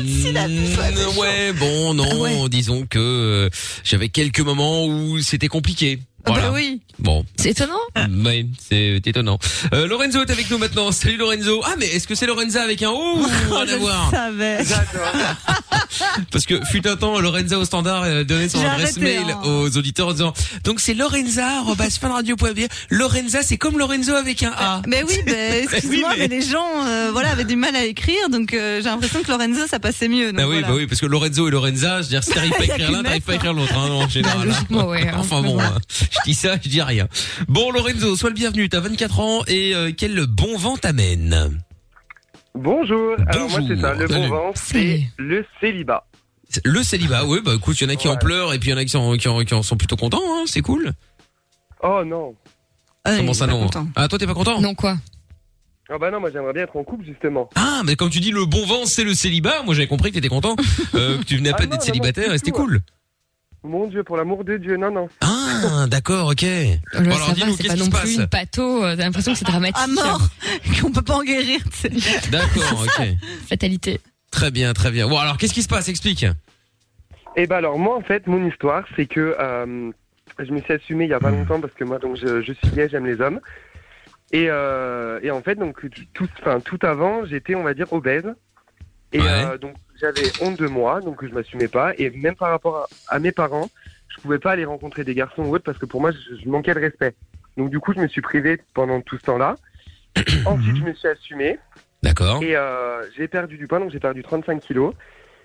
Disons que j'avais quelques moments où c'était compliqué. Voilà. Oui. Bon. C'est étonnant. Oui, c'est étonnant. Lorenzo est avec nous maintenant. Salut Lorenzo. Ah mais est-ce que c'est Lorenza avec un O ou rien à voir? Je savais. Parce que fut un temps Lorenza au standard donnait son adresse mail aux auditeurs en disant donc c'est lorenza@funradio.be. Lorenza c'est comme Lorenzo avec un A. Mais oui, excuse-moi, mais les gens avaient du mal à écrire, donc j'ai l'impression que Lorenzo ça passait mieux. Donc, oui, parce que Lorenzo et Lorenza, je veux dire si t'arrives pas à écrire l'un, t'arrives pas à écrire l'autre en général. Logiquement, ouais. Enfin bon, je dis ça, je dis rien. Bon Lorenzo, sois le bienvenu, t'as 24 ans et quel bon vent t'amène? Bonjour. Alors moi c'est ça, le bon vent, c'est le célibat. Le célibat, oui, écoute, il y en a qui en pleurent et puis il y en a qui en sont plutôt contents, hein, c'est cool. Oh non. Comment ça non? Ah toi t'es pas content? Non quoi? Ah bah non, moi j'aimerais bien être en couple justement. Ah mais comme tu dis le bon vent c'est le célibat, moi j'avais compris que t'étais content, que tu venais pas d'être célibataire et c'était cool. Mon Dieu, pour l'amour de Dieu, non. Ah, d'accord, ok. Bon, alors dis-nous, c'est pas non plus une pâteau, t'as l'impression que c'est dramatique. À mort, qu'on peut pas en guérir. D'accord, ok. Fatalité. Très bien, très bien. Bon, alors qu'est-ce qui se passe? Explique. Eh ben alors moi en fait, mon histoire, c'est que je me suis assumé il y a pas longtemps parce que moi donc je suis gay, j'aime les hommes. Et en fait donc tout avant, j'étais on va dire obèse. Et donc j'avais honte de moi, donc je m'assumais pas. Et même par rapport à mes parents, je pouvais pas aller rencontrer des garçons ou autres parce que pour moi, je manquais de respect. Donc du coup, je me suis privé pendant tout ce temps-là. Ensuite, je me suis assumé. D'accord. Et j'ai perdu du poids, donc j'ai perdu 35 kilos.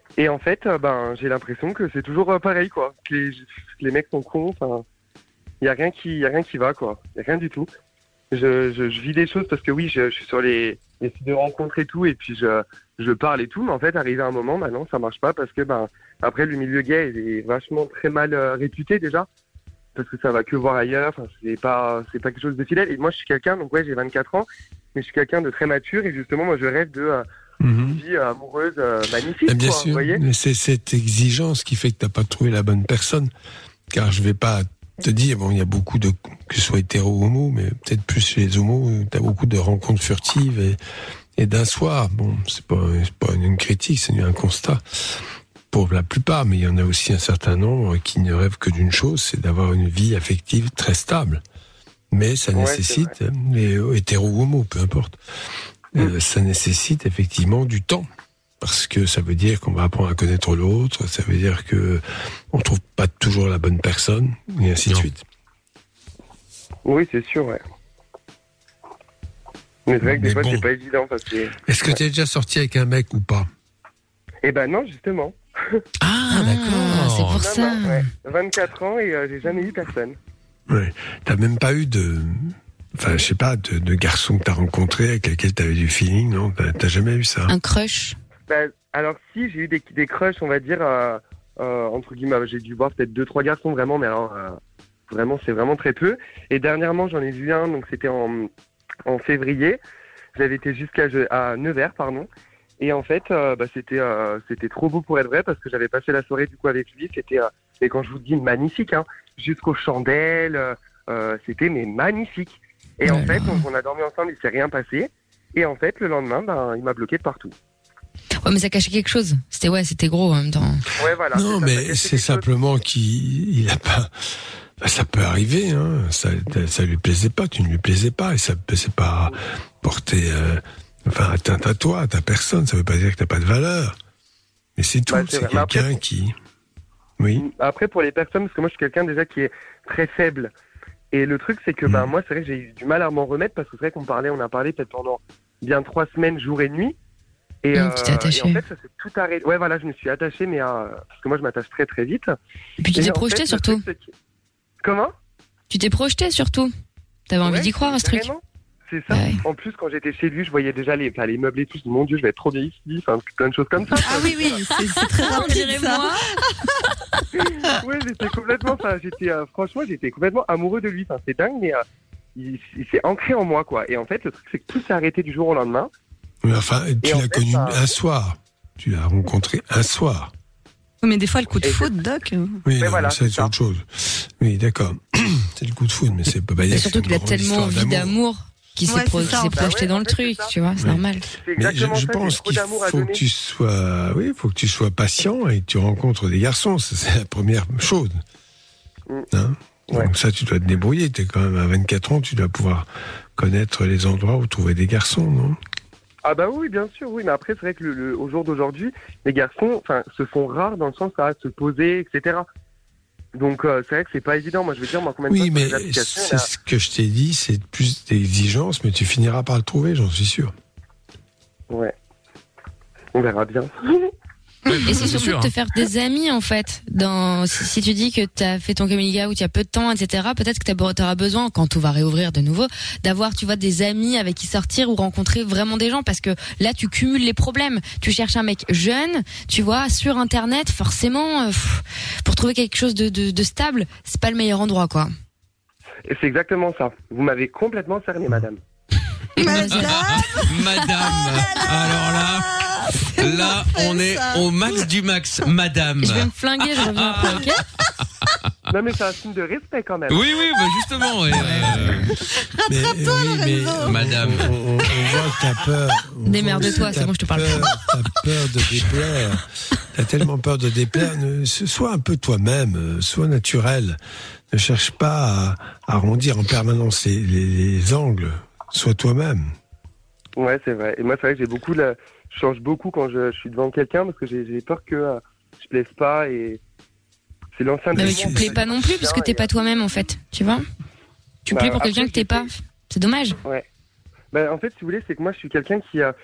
Et en fait, j'ai l'impression que c'est toujours pareil, quoi. Que les mecs sont cons. Enfin, il y a rien qui va, quoi. Il y a rien du tout. Je vis des choses parce que oui, je suis sur les sites de rencontres et tout, et puis je parle et tout, mais en fait, arrivé à un moment, non, ça marche pas parce que après le milieu gay est vachement très mal réputé déjà, parce que ça va que voir ailleurs. Enfin, c'est pas quelque chose de fidèle. Et moi, je suis quelqu'un, donc ouais, j'ai 24 ans, mais je suis quelqu'un de très mature, et justement, moi, je rêve de une vie amoureuse magnifique. Bien quoi, sûr, vous voyez. mais c'est cette exigence qui fait que t'as pas trouvé la bonne personne. Car je vais pas te dire, bon, il y a beaucoup de, que ce soit hétéro ou homo, mais peut-être plus chez les homos, t'as beaucoup de rencontres furtives et d'un soir. Bon, c'est pas une critique, c'est un constat. Pour la plupart, mais il y en a aussi un certain nombre qui ne rêvent que d'une chose, c'est d'avoir une vie affective très stable. Mais ça nécessite, mais hétéro ou homo, peu importe, ça nécessite effectivement du temps. Parce que ça veut dire qu'on va apprendre à connaître l'autre, ça veut dire que on trouve pas toujours la bonne personne, et ainsi de suite. Oui, c'est sûr, ouais. Mais c'est vrai que des fois, c'est pas évident. Parce que... Est-ce que tu es déjà sorti avec un mec ou pas? Eh ben non, justement. Ah, d'accord. C'est pour ça. Non, ouais. 24 ans et j'ai jamais eu personne. Ouais. T'as même pas eu de... Enfin, je sais pas, de garçon que t'as rencontré, avec lequel t'avais du feeling, non? T'as jamais eu ça? Un crush? Alors si, j'ai eu des crushs, on va dire, entre guillemets, j'ai dû voir peut-être 2-3 garçons vraiment, mais alors vraiment, c'est vraiment très peu. Et dernièrement, j'en ai vu un, donc c'était en février. J'avais été à Nevers, pardon. Et en fait, c'était trop beau pour être vrai, parce que j'avais passé la soirée du coup avec lui. C'était, et quand je vous dis magnifique, hein, jusqu'aux chandelles, c'était magnifique. Et en fait, on a dormi ensemble, il s'est rien passé. Et en fait, le lendemain, il m'a bloqué de partout. Ouais, mais ça cachait quelque chose. C'était gros en même temps. Ouais, voilà. Non, mais c'est simplement qu'il a pas... ça peut arriver, hein. Ça lui plaisait pas, tu ne lui plaisais pas, et ça c'est pas porter atteinte à toi, à ta personne. Ça veut pas dire que t'as pas de valeur. Mais c'est tout, c'est quelqu'un qui... Oui. Après, pour les personnes, parce que moi je suis quelqu'un déjà qui est très faible. Et le truc, c'est que moi, c'est vrai que j'ai eu du mal à m'en remettre, parce que c'est vrai on a parlé peut-être pendant bien 3 semaines, jour et nuit. Et, tu t'es attaché. Et en fait, ça s'est tout arrêté. Ouais, voilà, je me suis attaché, mais parce que moi, je m'attache très très vite. Et puis tu t'es projeté surtout. Comment? Tu t'es projeté surtout. T'avais envie d'y croire à ce truc. C'est ça. Ouais. En plus, quand j'étais chez lui, je voyais déjà les meubles et tout. Je dis, mon Dieu, je vais être trop vieille ici. Enfin, plein de choses comme ça. Ah oui, c'est très rapide, ça. Ouais, j'étais complètement, franchement, j'étais complètement amoureux de lui. Enfin, c'est dingue, mais il s'est ancré en moi, quoi. Et en fait, le truc, c'est que tout s'est arrêté du jour au lendemain. Mais enfin, tu l'as connu un soir. Tu l'as rencontré un soir. Mais des fois, le coup de foudre, Doc. Oui, non, voilà, c'est autre chose. Oui, d'accord. C'est le coup de foudre, mais c'est pas dire. Surtout qu'il a tellement envie d'amour qu'il s'est projeté dans le truc, tu vois, c'est normal. Mais je pense qu'il faut que tu sois patient et que tu rencontres des garçons. C'est la première chose. Hein? Donc ça, tu dois te débrouiller. T'es quand même à 24 ans, tu dois pouvoir connaître les endroits où trouver des garçons, non? Ah bah oui, bien sûr, oui. Mais après, c'est vrai que au jour d'aujourd'hui, les garçons, se font rares dans le sens à se poser, etc. Donc c'est vrai que c'est pas évident. Moi, je veux dire, combien de fois mais c'est ce que je t'ai dit, c'est plus d'exigence, mais tu finiras par le trouver, j'en suis sûr. Ouais. On verra bien. Et c'est surtout de te faire des amis, en fait. Si tu dis que t'as fait ton coming out il y a peu de temps, etc., peut-être que t'auras besoin, quand tout va réouvrir de nouveau, d'avoir, tu vois, des amis avec qui sortir ou rencontrer vraiment des gens, parce que là, tu cumules les problèmes. Tu cherches un mec jeune, tu vois, sur Internet, forcément, pour trouver quelque chose de stable, c'est pas le meilleur endroit, quoi. Et c'est exactement ça. Vous m'avez complètement cerné, madame. Madame. Alors là, on est au max du max, madame. Je vais me flinguer, je reviens après, ok? Non, mais c'est un signe de respect quand même. Oui, justement. Mais madame. On voit que t'as peur. Démerde-toi, c'est bon, je te parle. T'as peur de déplaire. T'as tellement peur de déplaire. Sois un peu toi-même, sois naturel. Ne cherche pas à arrondir en permanence les angles. Sois toi-même. Ouais, c'est vrai. Et moi, c'est vrai que je change beaucoup quand je suis devant quelqu'un, parce que j'ai peur que je plaise pas, et c'est l'ancien. Mais tu plais pas non plus, parce que t'es pas toi-même, en fait. Tu vois? Tu plais pour quelqu'un que t'es pas. C'est dommage. Ouais. En fait, si vous voulez, c'est que moi, je suis quelqu'un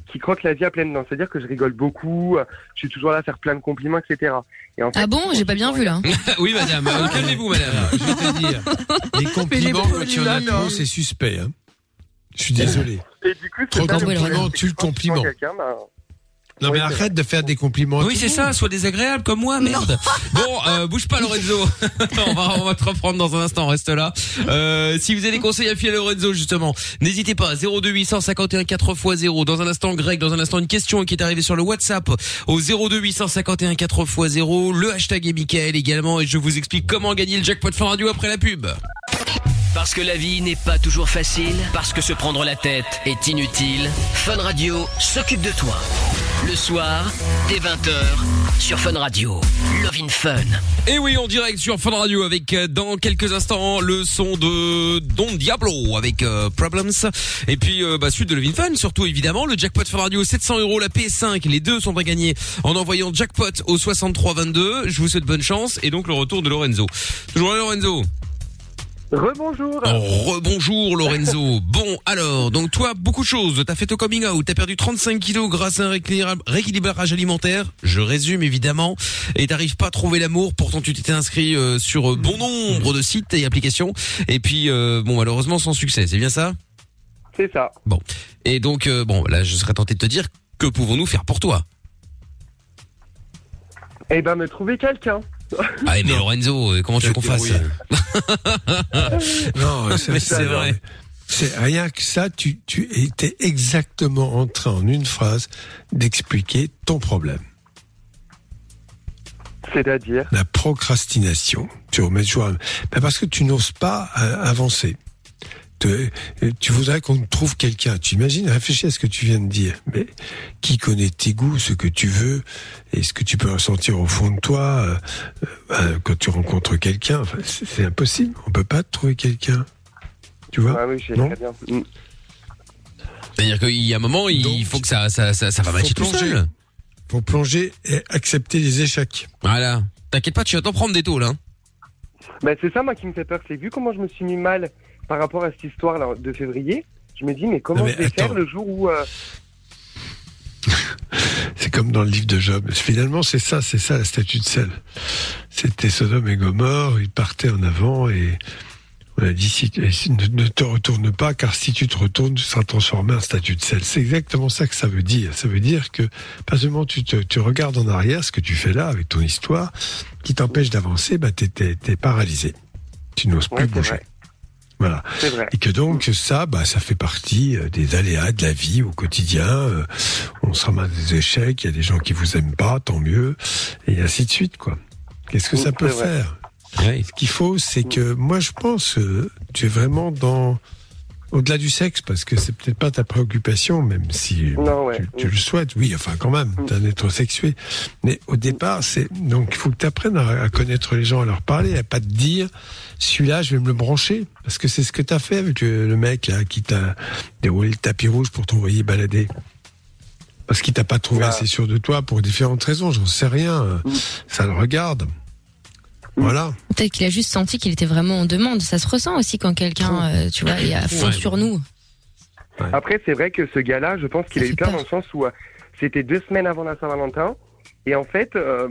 qui croque la vie à pleines dents. C'est-à-dire que je rigole beaucoup, je suis toujours là à faire plein de compliments, etc. Et en fait, Ah bon, j'ai pas bien vu là. Oui, madame. Calmez-vous, madame. Je vais te dire, les compliments, quand il y en a trop, c'est suspect. Hein. Je suis désolé. Et du coup, Trop de ça, le compliments problème, tue le c'est que compliment. quand quelqu'un, Non, mais Ouais, arrête de faire des compliments. à Oui, tout c'est le ça, monde. sois désagréable comme moi, merde. Bon, bouge pas Lorenzo. on va te reprendre dans un instant, reste là. Si vous avez des conseils à filer à Lorenzo, justement, n'hésitez pas, 02851 4x0. Dans un instant, Greg, dans un instant, une question qui est arrivée sur le WhatsApp au 02851 4x0. Le hashtag est Mickaël également, et je vous explique comment gagner le jackpot Fun Radio après la pub. Parce que la vie n'est pas toujours facile, parce que se prendre la tête est inutile, Fun Radio s'occupe de toi. Le soir, dès 20h, sur Fun Radio. Love in Fun. Et oui, en direct sur Fun Radio avec dans quelques instants le son de Don Diablo avec Problems. Et puis suite de Love in Fun, surtout évidemment le jackpot Fun Radio 700 €, la PS5, les deux sont à gagner en envoyant jackpot au 6322. Je vous souhaite bonne chance et donc le retour de Lorenzo. Toujours là Lorenzo. Rebonjour. Rebonjour Lorenzo. Bon, alors, donc toi, beaucoup de choses. T'as fait ton coming out, t'as perdu 35 kilos grâce à un rééquilibrage alimentaire. Je résume évidemment. Et t'arrives pas à trouver l'amour. Pourtant, tu t'étais inscrit sur bon nombre de sites et applications. Et puis, malheureusement, sans succès. C'est bien ça? C'est ça. Bon. Et donc, là, je serais tenté de te dire, que pouvons-nous faire pour toi? Eh ben, me trouver quelqu'un. Ah mais Lorenzo, comment tu veux qu'on fasse? Non, c'est vrai. C'est rien que ça, tu étais exactement en train, en une phrase, d'expliquer ton problème. C'est-à-dire? La procrastination. Tu remets toujours, parce que tu n'oses pas avancer. Tu voudrais qu'on trouve quelqu'un. Tu imagines, réfléchis à ce que tu viens de dire. Mais qui connaît tes goûts, ce que tu veux, et ce que tu peux ressentir au fond de toi quand tu rencontres quelqu'un. Enfin, c'est impossible. On peut pas trouver quelqu'un. Tu vois? Ah oui, je sais très bien. C'est-à-dire qu'il y a un moment, il faut que ça va matcher tout seul. Faut plonger et accepter les échecs. Voilà. T'inquiète pas, tu vas t'en prendre des taux là. Ben, c'est ça, moi, qui me fait peur. C'est vu comment je me suis mis mal par rapport à cette histoire là de février, je me dis mais comment je vais faire le jour où C'est comme dans le livre de Job. Finalement, c'est ça la statue de sel. C'était Sodome et Gomorrhe, ils partaient en avant et on a dit ne te retourne pas, car si tu te retournes, tu seras transformé en statue de sel. C'est exactement ça que ça veut dire. Ça veut dire que pas seulement tu regardes en arrière, ce que tu fais là avec ton histoire, qui t'empêche d'avancer, t'es paralysé. Tu n'oses plus bouger. Vrai. Voilà. C'est vrai. Et que donc ça fait partie des aléas de la vie au quotidien. On se ramasse des échecs, il y a des gens qui vous aiment pas, tant mieux, et ainsi de suite, quoi. Qu'est-ce que ça peut faire? Ouais. Ce qu'il faut, c'est que moi je pense tu es vraiment au-delà du sexe, parce que c'est peut-être pas ta préoccupation, même si tu le souhaites. Oui, enfin quand même, t'es un être sexué. Mais au départ, donc il faut que tu apprennes à connaître les gens, à leur parler, à pas te dire celui-là, je vais me le brancher, parce que c'est ce que t'as fait avec le mec là qui t'a déroulé le tapis rouge pour t'envoyer balader. Parce qu'il t'a pas trouvé assez sûr de toi pour différentes raisons, j'en sais rien. Ça le regarde. Voilà. Peut-être qu'il a juste senti qu'il était vraiment en demande. Ça se ressent aussi quand quelqu'un, tu vois, est à fond sur nous. Ouais. Après, c'est vrai que ce gars-là, je pense qu'il a eu peur dans le sens où c'était 2 semaines avant la Saint-Valentin. Et en fait,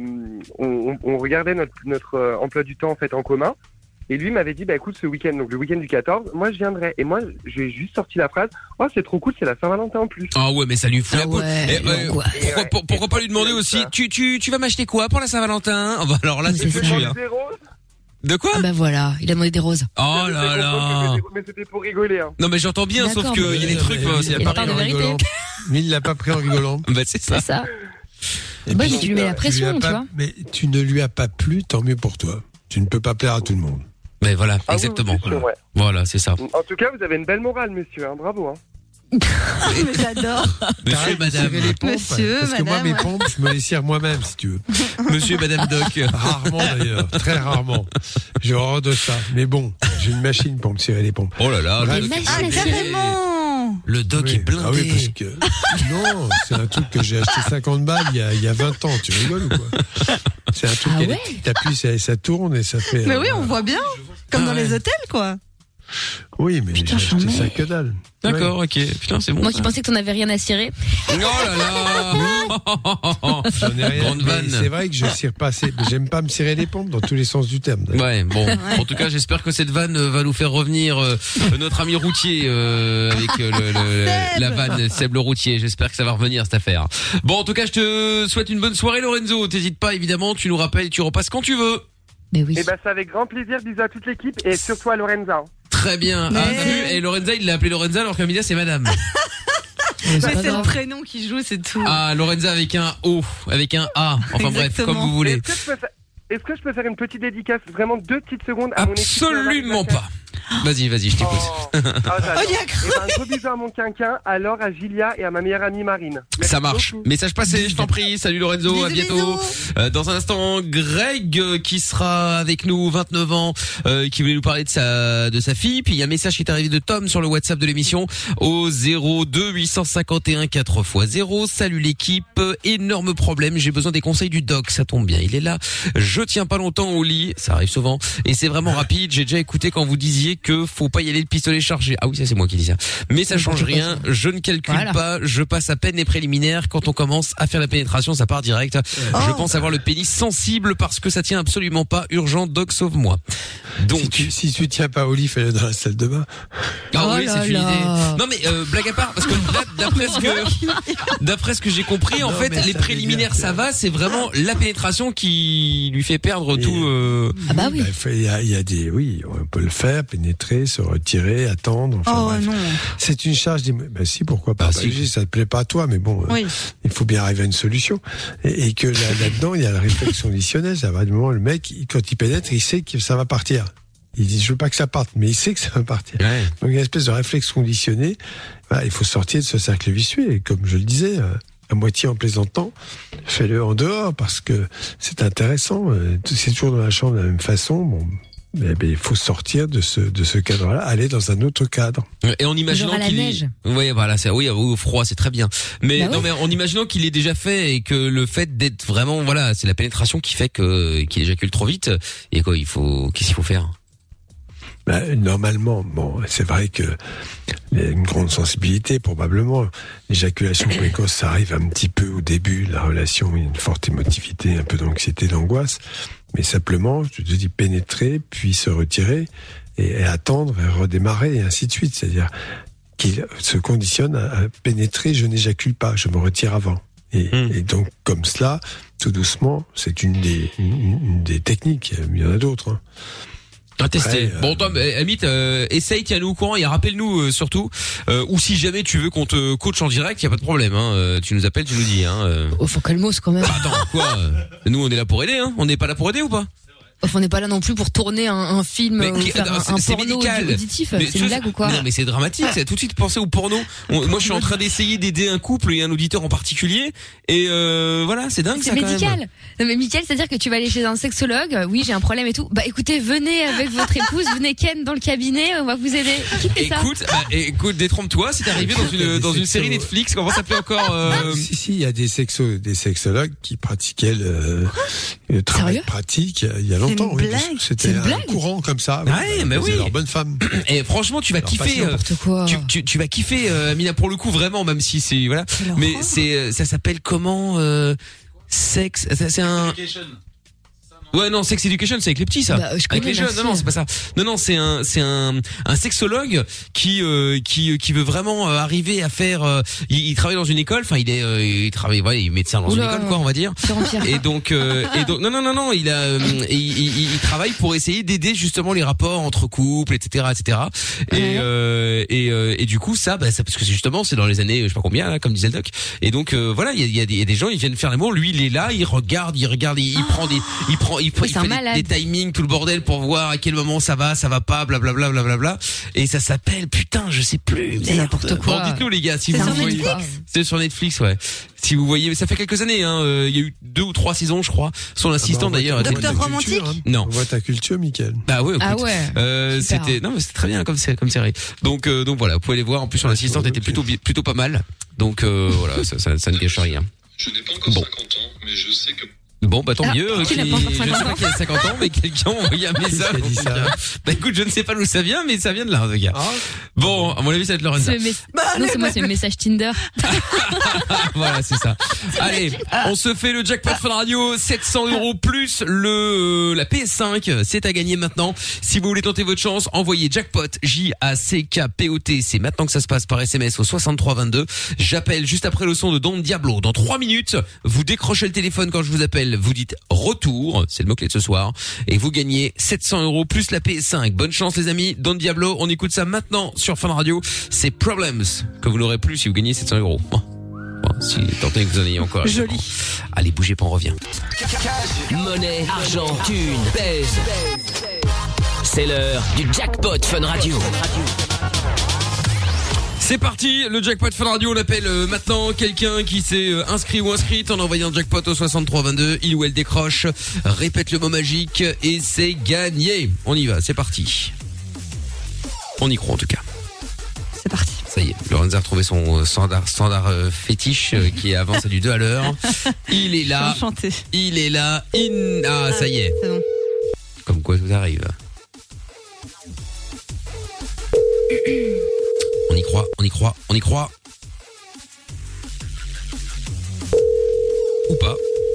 on regardait notre emploi du temps en fait en commun. Et lui m'avait dit, écoute, ce week-end, donc le week-end du 14, moi je viendrai. Et moi, j'ai juste sorti la phrase, oh c'est trop cool, c'est la Saint-Valentin en plus. Ah ouais, mais ça lui fout la poule. Pourquoi pas lui demander ouais, aussi, tu vas m'acheter quoi pour la Saint-Valentin? Alors là, c'est foutu. Hein. De quoi? Ah bah voilà, il a demandé des roses. Oh là là. Mais c'était pour rigoler. Hein. Non mais j'entends bien, sauf qu'il y a des trucs, il a pas pris en rigolant. Mais il l'a pas pris en rigolant. Bah c'est ça. C'est ça. Mais tu lui mets la pression, tu vois. Mais tu ne lui as pas plu, tant mieux pour toi. Tu ne peux pas plaire à tout le monde. Mais voilà, exactement. Oui, sûr, ouais. Voilà, c'est ça. En tout cas, vous avez une belle morale, monsieur. Hein. Bravo. Hein. Mais j'adore. Monsieur, madame. Les pompes, Monsieur, parce que moi, madame, mes pompes, je me les cire moi-même, si tu veux. Monsieur, madame Doc. Rarement d'ailleurs, très rarement. J'ai horreur de ça. Mais bon, j'ai une machine pour me cirer les pompes. Oh là là. Des machines à cirer. Carrément. Le Doc est blindé. Ah oui, parce que non, c'est un truc que j'ai acheté 50 balles il y a 20 ans. Tu rigoles ou quoi? C'est un truc électrique. T'appuies, ça tourne et ça fait. Mais oui, on voit bien. Comme dans les hôtels, quoi. Oui, mais j'ai acheté ça que dalle. D'accord, ok. Putain, c'est bon. Moi ça. qui pensais que t'en avais rien à cirer. Oh là là. J'en ai rien. Grande Mais vanne. c'est vrai que je cire pas assez. J'aime pas me cirer les pompes dans tous les sens du terme. d'ailleurs. Ouais, bon. En tout cas, j'espère que cette vanne va nous faire revenir notre ami routier avec la vanne Seb le routier. J'espère que ça va revenir cette affaire. Bon, en tout cas, je te souhaite une bonne soirée, Lorenzo. T'hésites pas, évidemment. Tu nous rappelles, tu repasses quand tu veux. Mais oui. Et ben c'est avec grand plaisir. Bisous à toute l'équipe et surtout à Lorenza. Très bien. Ah, t'as vu? Et Lorenza, il l'a appelé Lorenza alors qu'Amelia, c'est madame. Mais c'est le prénom qui joue, c'est tout. Ah, Lorenza avec un O, avec un A. Enfin bref, Exactement. comme vous voulez. Est-ce que je peux faire une petite dédicace, vraiment 2 petites secondes à mon équipe? Absolument pas. Vas-y, je t'écoute. J'adore. Un gros bisou à mon quinquin, à Laure, à Gilia et à ma meilleure amie Marine. Merci Ça marche. beaucoup. Message passé, je t'en prie. Salut Lorenzo, à bientôt. Dans un instant, Greg qui sera avec nous, 29 ans, qui voulait nous parler de sa fille. Puis il y a un message qui est arrivé de Tom sur le WhatsApp de l'émission au 02 851 4x0. Salut l'équipe, énorme problème, j'ai besoin des conseils du doc, ça tombe bien, il est là. Je tiens pas longtemps au lit, ça arrive souvent, et c'est vraiment rapide. J'ai déjà écouté quand vous disiez que faut pas y aller le pistolet chargé. Ah oui, ça c'est moi qui dis ça. Mais ça change rien, je ne calcule pas, je passe à peine les préliminaires. Quand on commence à faire la pénétration, ça part direct. Je pense avoir le pénis sensible parce que ça tient absolument pas. Urgent, doc, sauve-moi. Donc, si tu tiens pas au lit, fais-le dans la salle de bain. Ah oui, c'est une idée. Non mais blague à part, parce que d'après ce que j'ai compris, en fait, les préliminaires ça va, c'est vraiment la pénétration qui lui fait perdre tout. Ah bah oui. Il y a des, oui, on peut le faire, pénétrer, se retirer, attendre. Enfin, bref. Non. C'est une charge. Ben si, pourquoi pas. si. Ça te plaît pas à toi, mais bon, Oui. il faut bien arriver à une solution. Et que là-dedans, il y a le réflexe conditionnel. Ça va du moment, le mec, quand il pénètre, il sait que ça va partir. Il dit, je veux pas que ça parte, mais il sait que ça va partir. Ouais. Donc, il y a une espèce de réflexe conditionné. Voilà, il faut sortir de ce cercle vicieux. Et comme je le disais, à moitié en plaisantant, fais-le en dehors parce que c'est intéressant. C'est toujours dans la chambre de la même façon. Bon, mais il faut sortir de ce cadre-là, aller dans un autre cadre. Et en imaginant Genre à la qu'il neige. Oui, voilà, c'est oui, au froid, c'est très bien. Mais Bah non, ouais. mais en imaginant qu'il est déjà fait et que le fait d'être vraiment, voilà, c'est la pénétration qui fait qu'il éjacule trop vite. Et quoi, qu'est-ce qu'il faut faire? Normalement, bon, c'est vrai que il y a une grande sensibilité, probablement. L'éjaculation précoce, ça arrive un petit peu au début de la relation, il y a une forte émotivité, un peu d'anxiété, d'angoisse. Mais simplement, je te dis pénétrer, puis se retirer, et attendre, et redémarrer, et ainsi de suite. C'est-à-dire qu'il se conditionne à pénétrer, je n'éjacule pas, je me retire avant. Et donc, comme cela, tout doucement, c'est une des techniques. Il y en a d'autres, hein. À tester. Ouais, Bon, Tom, Amit, essaye, tiens-nous au courant et rappelle-nous surtout. Ou si jamais tu veux qu'on te coach en direct, y a pas de problème. Hein. Tu nous appelles, tu nous dis. Hein. Oh, faut calmos quand même. Attends, quoi nous, on est là pour aider. Hein. On n'est pas là pour aider ou pas? Enfin, on n'est pas là non plus pour tourner un film ou faire un c'est porno médical. auditif. Mais C'est une blague ou quoi? Non, mais c'est dramatique. C'est tout de suite penser au porno. Moi, je suis en train d'essayer d'aider un couple et un auditeur en particulier. Et voilà, c'est dingue C'est ça quand médical. même. Non mais Mickaël, c'est-à-dire que tu vas aller chez un sexologue. Oui, j'ai un problème et tout. Bah écoutez, venez avec votre épouse, venez Ken dans le cabinet, on va vous aider. Qui fait ça? Écoute, détrompe-toi, c'est arrivé dans une série Netflix. Comment ça s'appelait encore Si, il y a des sexologues qui pratiquaient le travail pratique il y a longtemps. C'est une blague. C'était un courant comme ça. Ouais, mais oui. Leur bonne femme. Et franchement, tu vas kiffer. N'importe quoi. Tu vas kiffer, Mina, pour le coup, vraiment, même si c'est voilà. Mais ça s'appelle comment Sex. C'est un. Ouais, non, Sex Education, c'est avec les petits, ça. Bah, je connais, avec les jeunes. merci. Non, c'est pas ça. Non, c'est un sexologue qui veut vraiment arriver à faire. Il travaille dans une école. Enfin, il travaille. Ouais, il est médecin dans une Oula. école, quoi, on va dire. Et donc, non, il travaille pour essayer d'aider justement les rapports entre couples, etc. Et du coup, ça, parce que justement, c'est dans les années, je sais pas combien, là, comme disait le doc. Et donc, voilà, il y a des gens, ils viennent faire l'amour. Lui, il est là, il regarde, il prend il fait des timings, tout le bordel pour voir à quel moment ça va pas, blablabla, blablabla. Et ça s'appelle, putain, je sais plus. C'est n'importe quoi. Bon, dites-nous les gars, si C'est vous sur voyez. Netflix C'est sur Netflix, ouais. Si vous voyez, mais ça fait quelques années, hein. Il y a eu 2 ou 3 saisons, je crois. Son assistant d'ailleurs. Docteur Romantique. Non. On voit ta culture, Mickaël. Bah ouais. Ah écoute, ouais. c'était très bien comme série. Donc voilà, vous pouvez les voir. En plus, son assistante était plutôt pas mal. Donc voilà, ça ne gâche rien. Je n'ai pas encore 50 ans, mais je sais que Bon, bah tant mieux. Qui n'a pas encore Je sais 50 pas qui a 50 ans, mais quelqu'un a envoyé un message. Qui a dit ça Bah écoute, je ne sais pas d'où ça vient, mais ça vient de là, en tout cas. Bon, à mon avis, ça va être Lorenza. Non, c'est moi, c'est le message Tinder. Voilà, c'est ça. Allez, on se fait le jackpot Fun Radio, 700 € plus la PS5. C'est à gagner maintenant. Si vous voulez tenter votre chance, envoyez jackpot, J-A-C-K-P-O-T. C'est maintenant que ça se passe par SMS au 6322. J'appelle juste après le son de Don Diablo. Dans 3 minutes, vous décrochez le téléphone quand je vous appelle. Vous dites retour, c'est le mot-clé de ce soir. Et vous gagnez 700 € plus la PS5. Bonne chance les amis. Don Diablo, on écoute ça maintenant sur Fun Radio. C'est Problems que vous n'aurez plus si vous gagnez 700 €. Bon, si tant est que vous en ayez encore. Joli. Allez, bougez pas, on revient. Monnaie, argent, thune, pèse. C'est l'heure du jackpot Fun Radio. C'est parti, le jackpot Fun Radio, on appelle maintenant quelqu'un qui s'est inscrit ou inscrite en envoyant jackpot au 6322. Il ou elle décroche, répète le mot magique et c'est gagné. On y va, c'est parti. On y croit en tout cas. C'est parti. Ça y est, Lorenza a retrouvé son standard fétiche qui avance à du 2 à l'heure. Il est là. Enchanté. Il est là. Ah, ça y est. C'est bon. Comme quoi tout arrive. On y croit, on y croit, on y croit. Ou pas.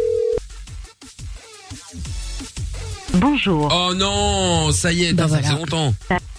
Bonjour. Oh non, ça y est, ça fait longtemps.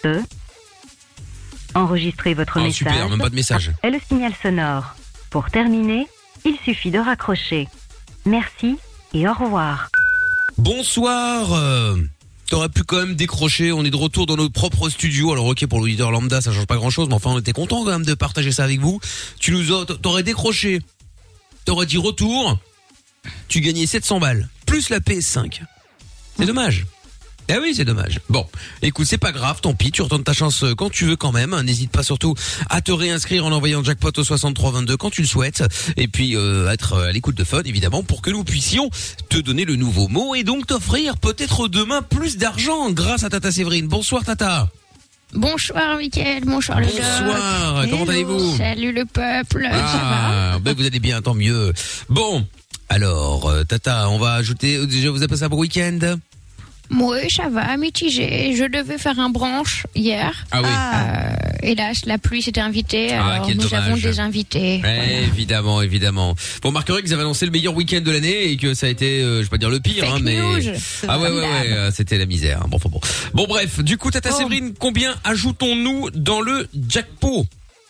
Enregistrez votre message. Super, même pas de message. Et le signal sonore. Pour terminer, il suffit de raccrocher. Merci et au revoir. Bonsoir. T'aurais pu quand même décrocher, on est de retour dans notre propre studio. Alors ok, pour l'auditeur lambda ça change pas grand chose, mais enfin on était content quand même de partager ça avec vous. T'aurais décroché, t'aurais dit retour, tu gagnais 700 balles, plus la PS5. C'est dommage. Eh oui, c'est dommage. Bon, écoute, c'est pas grave, tant pis, tu retentes ta chance quand tu veux quand même. N'hésite pas surtout à te réinscrire en envoyant jackpot au 6322 quand tu le souhaites. Et puis être à l'écoute de Fun, évidemment, pour que nous puissions te donner le nouveau mot et donc t'offrir peut-être demain plus d'argent grâce à Tata Séverine. Bonsoir Tata. Bonsoir Mickaël, bonsoir le Bonsoir, comment allez-vous? Salut le peuple, ça va? Ben vous allez bien, tant mieux. Bon, alors Tata, on va ajouter, déjà vous avez passé un bon week-end? Oui, ça va, mitigé. Je devais faire un branche hier. Ah oui. Hélas, la pluie s'était invitée. Alors quel nous dommage. avons des invités. Voilà. Évidemment, évidemment. Bon, remarquerez qu'ils avaient annoncé le meilleur week-end de l'année et que ça a été, je vais pas dire le pire, Fake mais news. ouais, c'était la misère. Bon, bref. Du coup, Tata Séverine, combien ajoutons-nous dans le jackpot?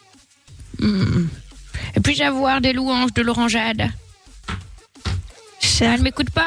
Et puis avoir des louanges de Laurent Jade. Elle m'écoute pas.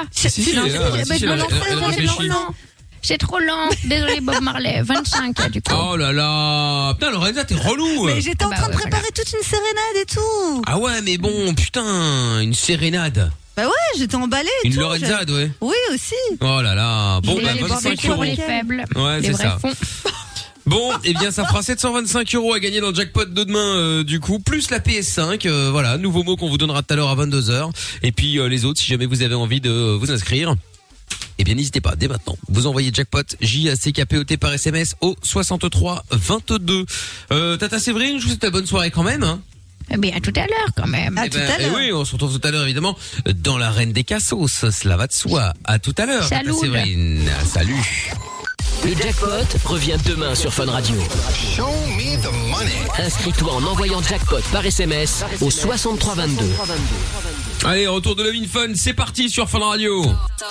Non. C'est trop lent. Désolé Bob Marley. 25 là, du coup. Oh là là. Putain, Lorenza, t'es relou. Mais j'étais en train de préparer toute une sérénade et tout. Ah ouais, mais bon, putain, une sérénade. Bah ouais, j'étais emballée et une tout. Lorenzade, ouais. Oui, aussi. Oh là là. Bon, bah, 25 € pour les faibles. Ouais, les c'est vrais ça. fonds. Bon, eh bien ça fera 725 € à gagner dans le jackpot de demain du coup, plus la PS5, voilà, nouveau mot qu'on vous donnera tout à l'heure à 22h. Et puis les autres, si jamais vous avez envie de vous inscrire, eh bien n'hésitez pas, dès maintenant. Vous envoyez jackpot, J-A-C-K-P-O-T par SMS au 63 22. Tata Séverine, je vous souhaite une bonne soirée quand même. Hein. Eh bien, à tout à l'heure quand même. À tout à l'heure. Oui, on se retrouve tout à l'heure évidemment dans l'arène des cassos. Cela va de soi. À tout à l'heure, Tata Séverine. Salut. Le jackpot revient demain sur Fun Radio. Show me the money. Inscris-toi en envoyant jackpot par SMS au 6322. Allez, retour de Love in Fun, c'est parti sur Fun Radio.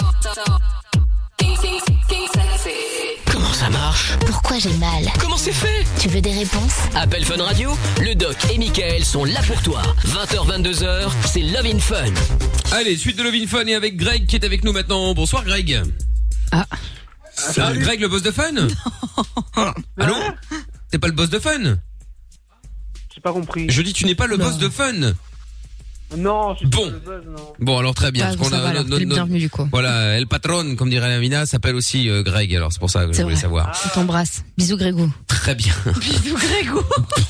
Comment ça marche? Pourquoi j'ai mal? Comment c'est fait? Tu veux des réponses? Appel Fun Radio, le doc et Mickaël sont là pour toi. 20h, 22h, c'est Love in Fun. Allez, suite de Love in Fun et avec Greg qui est avec nous maintenant. Bonsoir Greg. Ah. Salut. Greg, le boss de Fun? Allô? T'es pas le boss de Fun? J'ai pas compris. Je dis tu n'es pas le boss de Fun. Non, je suis bon. pas le buzz, non. Bon, alors très bien. Ah, Parce qu'on va, a bienvenue du coup. Voilà, El Patron, comme dirait la Mina, s'appelle aussi Greg. Alors c'est pour ça que je voulais savoir. Je t'embrasse. Bisous Grégo. Très bien. Bisous Grégo.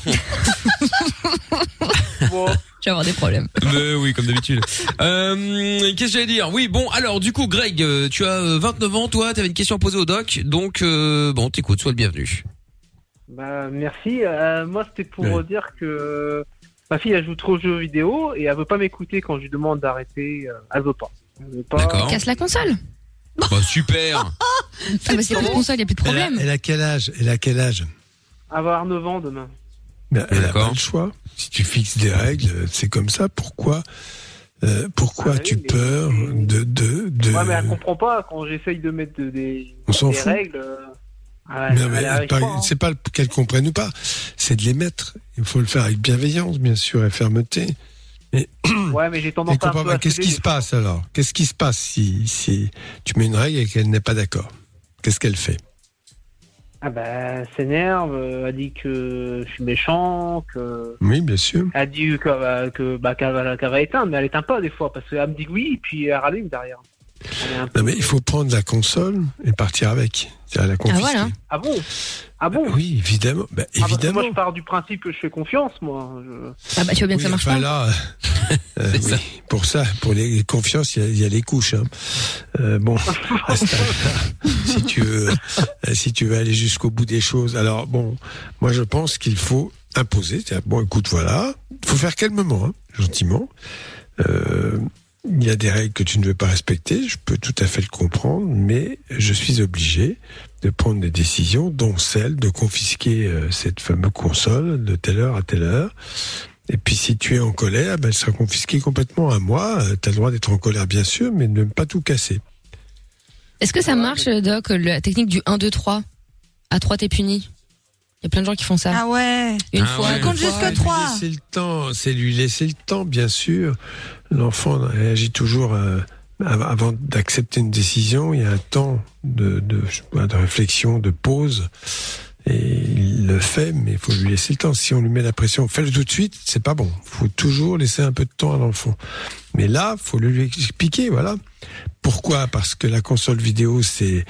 Bon. Je vais avoir des problèmes. Mais oui, comme d'habitude. Qu'est-ce que j'allais dire? Oui, bon, alors du coup, Greg, tu as 29 ans, toi, t'avais une question à poser au doc, donc bon, t'écoutes, sois le bienvenu. Bah merci. Moi, c'était pour dire que ma fille elle joue trop aux jeux vidéo et elle veut pas m'écouter quand je lui demande d'arrêter. Elle veut pas. D'accord. Casse la console. Bah, super. Ah bah c'est plus de console, y a plus de problème. Elle a quel âge? Avoir 9 ans demain. Ben, elle a pas le choix. Si tu fixes des règles, c'est comme ça. Pourquoi as-tu peur de... Ouais, mais elle comprend pas quand j'essaye de mettre des règles. C'est pas qu'elle comprenne ou pas, c'est de les mettre. Il faut le faire avec bienveillance, bien sûr, et fermeté. Mais ouais, mais j'ai tendance à un peu qu'est-ce qui se passe alors? Qu'est-ce qui se passe si tu mets une règle et qu'elle n'est pas d'accord? Qu'est-ce qu'elle fait? Ah bah, elle s'énerve, elle dit que je suis méchant, que... Oui, bien sûr. Elle dit qu'elle va éteindre, mais elle éteint pas des fois, parce qu'elle me dit oui, et puis elle rallume derrière. Non, mais il faut prendre la console et partir avec. C'est-à-dire la confisquer. Voilà. Ah bon? Oui, évidemment. Parce que moi, je pars du principe que je fais confiance, moi. Ah bah, tu veux bien que ça marche pas. Là, oui, pour ça, pour les confiances, il y a les couches. Bon, si tu veux aller jusqu'au bout des choses. Alors, bon, moi, je pense qu'il faut imposer. Bon, écoute, voilà. Il faut faire calmement, gentiment. Il y a des règles que tu ne veux pas respecter, je peux tout à fait le comprendre, mais je suis obligé de prendre des décisions, dont celle de confisquer cette fameuse console de telle heure à telle heure. Et puis si tu es en colère, elle sera confisquée complètement à moi. Tu as le droit d'être en colère, bien sûr, mais de ne pas tout casser. Est-ce que ça marche, Doc, la technique du 1, 2, 3 ? À 3, t'es puni. Il y a plein de gens qui font ça. Ah ouais. Une fois. Je compte jusqu'à 3. C'est lui laisser le temps, bien sûr. L'enfant réagit toujours avant d'accepter une décision. Il y a un temps de réflexion, de pause. Et il le fait, mais il faut lui laisser le temps. Si on lui met la pression, fais-le tout de suite, c'est pas bon. Il faut toujours laisser un peu de temps à l'enfant. Mais là, faut lui expliquer, voilà. Pourquoi? Parce que la console vidéo, c'est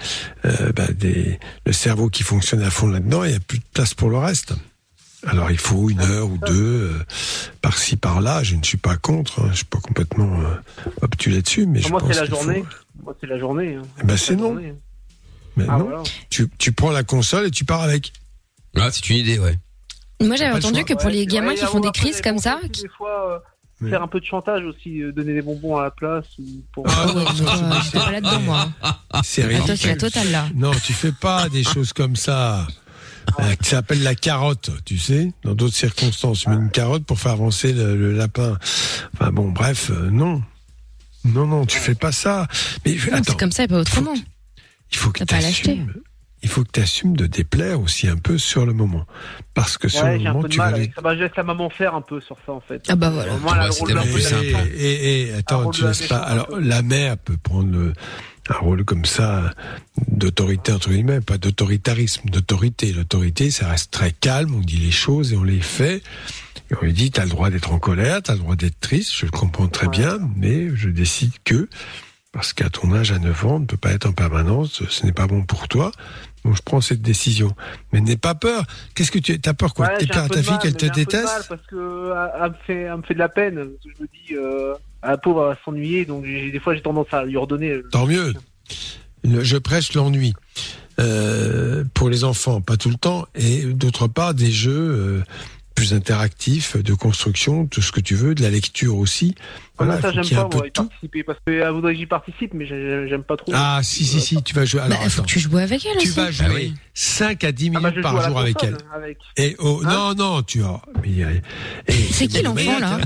le cerveau qui fonctionne à fond là-dedans, et il n'y a plus de place pour le reste. Alors il faut 1 heure ou 2 par-ci par-là. Je ne suis pas contre, je suis pas complètement obtus là-dessus, mais moi c'est la journée. Moi c'est la journée. C'est non. Mais non. Voilà. Tu prends la console et tu pars avec. Ah, c'est une idée, ouais. Moi j'avais entendu que pour les gamins qui font des crises comme ça, des fois faire un peu de chantage aussi, donner des bonbons à la place ou pour. Ah non, je suis pas là-dedans moi. C'est rien. Toi c'est la totale là. Non, tu fais pas des choses comme ça. Qui s'appelle la carotte, tu sais. Dans d'autres circonstances, tu mets une carotte pour faire avancer le lapin. Enfin bon, bref, non. Non, tu fais pas ça. Mais non, attends, c'est comme ça et pas autrement. Il faut que tu assumes de déplaire aussi un peu sur le moment. Parce que sur le moment, tu vas... je laisse la maman faire un peu sur ça, en fait. Ah bah voilà. Moi, elle a le rôle d'un peu simple. Et attends, tu laisses pas... Alors, la mère peut prendre un rôle comme ça d'autorité, entre guillemets, pas d'autoritarisme, d'autorité. L'autorité, ça reste très calme, on dit les choses et on les fait. Et on lui dit, t'as le droit d'être en colère, t'as le droit d'être triste, je le comprends très bien, mais je décide que... Parce qu'à ton âge, à 9 ans, on ne peut pas être en permanence, ce n'est pas bon pour toi. Donc je prends cette décision. Mais n'aie pas peur. Qu'est-ce que t'as peur quoi? T'as peur à ta fille qu'elle te déteste? Parce que elle me fait de la peine. Je me dis, la pauvre va s'ennuyer, donc des fois j'ai tendance à lui redonner. Tant mieux. Je prêche l'ennui pour les enfants, pas tout le temps. Et d'autre part, des jeux plus interactifs, de construction, tout ce que tu veux, de la lecture aussi. Voilà, ça j'aime pas moi, y participer, parce qu'elle voudrait que j'y participe, mais j'aime pas trop. Ah si, tu vas jouer. Alors, faut que tu joues avec elle aussi. Tu vas jouer 5 à 10 minutes par jour avec elle. Et non, tu as... C'est qui l'enfant là?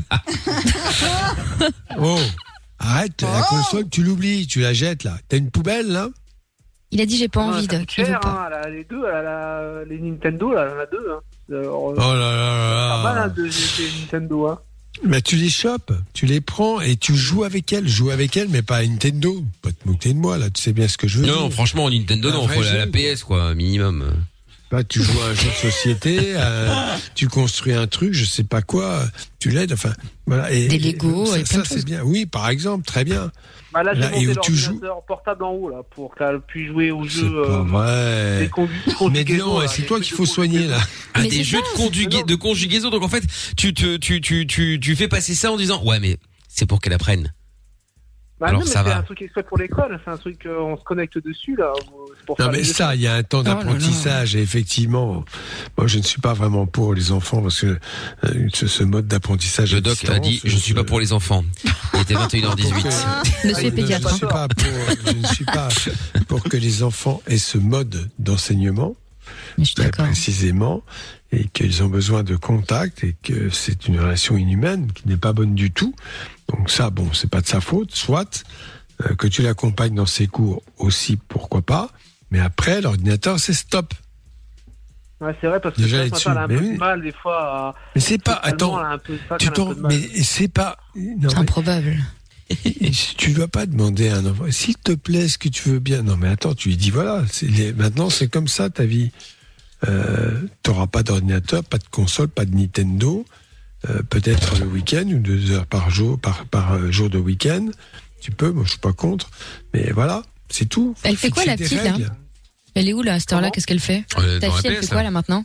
Arrête, la console, tu l'oublies, tu la jettes là. T'as une poubelle là? Il a dit j'ai pas envie de. Elle a les deux, les Nintendo, là, elle en a 2. Oh là là. C'est pas mal de Nintendo. Mais tu les chopes, tu les prends et tu joues avec elle. Joue avec elle, mais pas à Nintendo. Pas te moquer de moi là, tu sais bien ce que je veux dire. Non, franchement, Nintendo, non, faut la PS quoi, minimum. Bah, tu joues à un jeu de société, tu construis un truc, je sais pas quoi, tu l'aides, enfin, voilà. Et, des Lego, ça c'est bien. Oui, par exemple, très bien. Bah là, j'ai monté l'ordinateur portable en haut, là, pour qu'elle puisse jouer aux jeux. C'est pas vrai. Mais non, c'est toi qu'il faut soigner, là. Ah, des jeux de conjugaison. Donc, en fait, tu fais passer ça en disant, ouais, mais c'est pour qu'elle apprenne. Bah alors, non, mais c'est un truc exprès pour l'école, c'est un truc, on se connecte dessus, là. pour Non, faire mais les ça, il y a un temps d'apprentissage et effectivement, moi je ne suis pas vraiment pour les enfants parce que ce mode d'apprentissage. Le doc a dit, je ne suis pas pour les enfants. Il était 21h18. Monsieur pédiatre. Je ne suis pas pour que les enfants aient ce mode d'enseignement, très précisément, et qu'ils ont besoin de contact et que c'est une relation inhumaine qui n'est pas bonne du tout. Donc ça, bon, c'est pas de sa faute, soit que tu l'accompagnes dans ses cours aussi, pourquoi pas, mais après, l'ordinateur, c'est stop. Ouais, c'est vrai, parce que Déjà ce matin, elle a un peu oui. de mal, des fois, à... Mais c'est pas, Totalement, attends, elle a un peu ça, tu qu'elle a un t'en, peu de mal. mais c'est pas, non, C'est improbable. tu dois pas demander à un enfant, s'il te plaît, est-ce que tu veux bien? Non, mais attends, tu lui dis, voilà, maintenant c'est comme ça ta vie. T'auras pas d'ordinateur, pas de console, pas de Nintendo, peut-être le week-end ou 2 heures par jour, par jour de week-end. Tu peux, moi je suis pas contre, mais voilà, c'est tout. Elle fait quoi, la Fixer des petite, là règles. Elle est où, là, à cette heure-là? Qu'est-ce qu'elle fait? Ta fille, elle fait quoi, là, maintenant?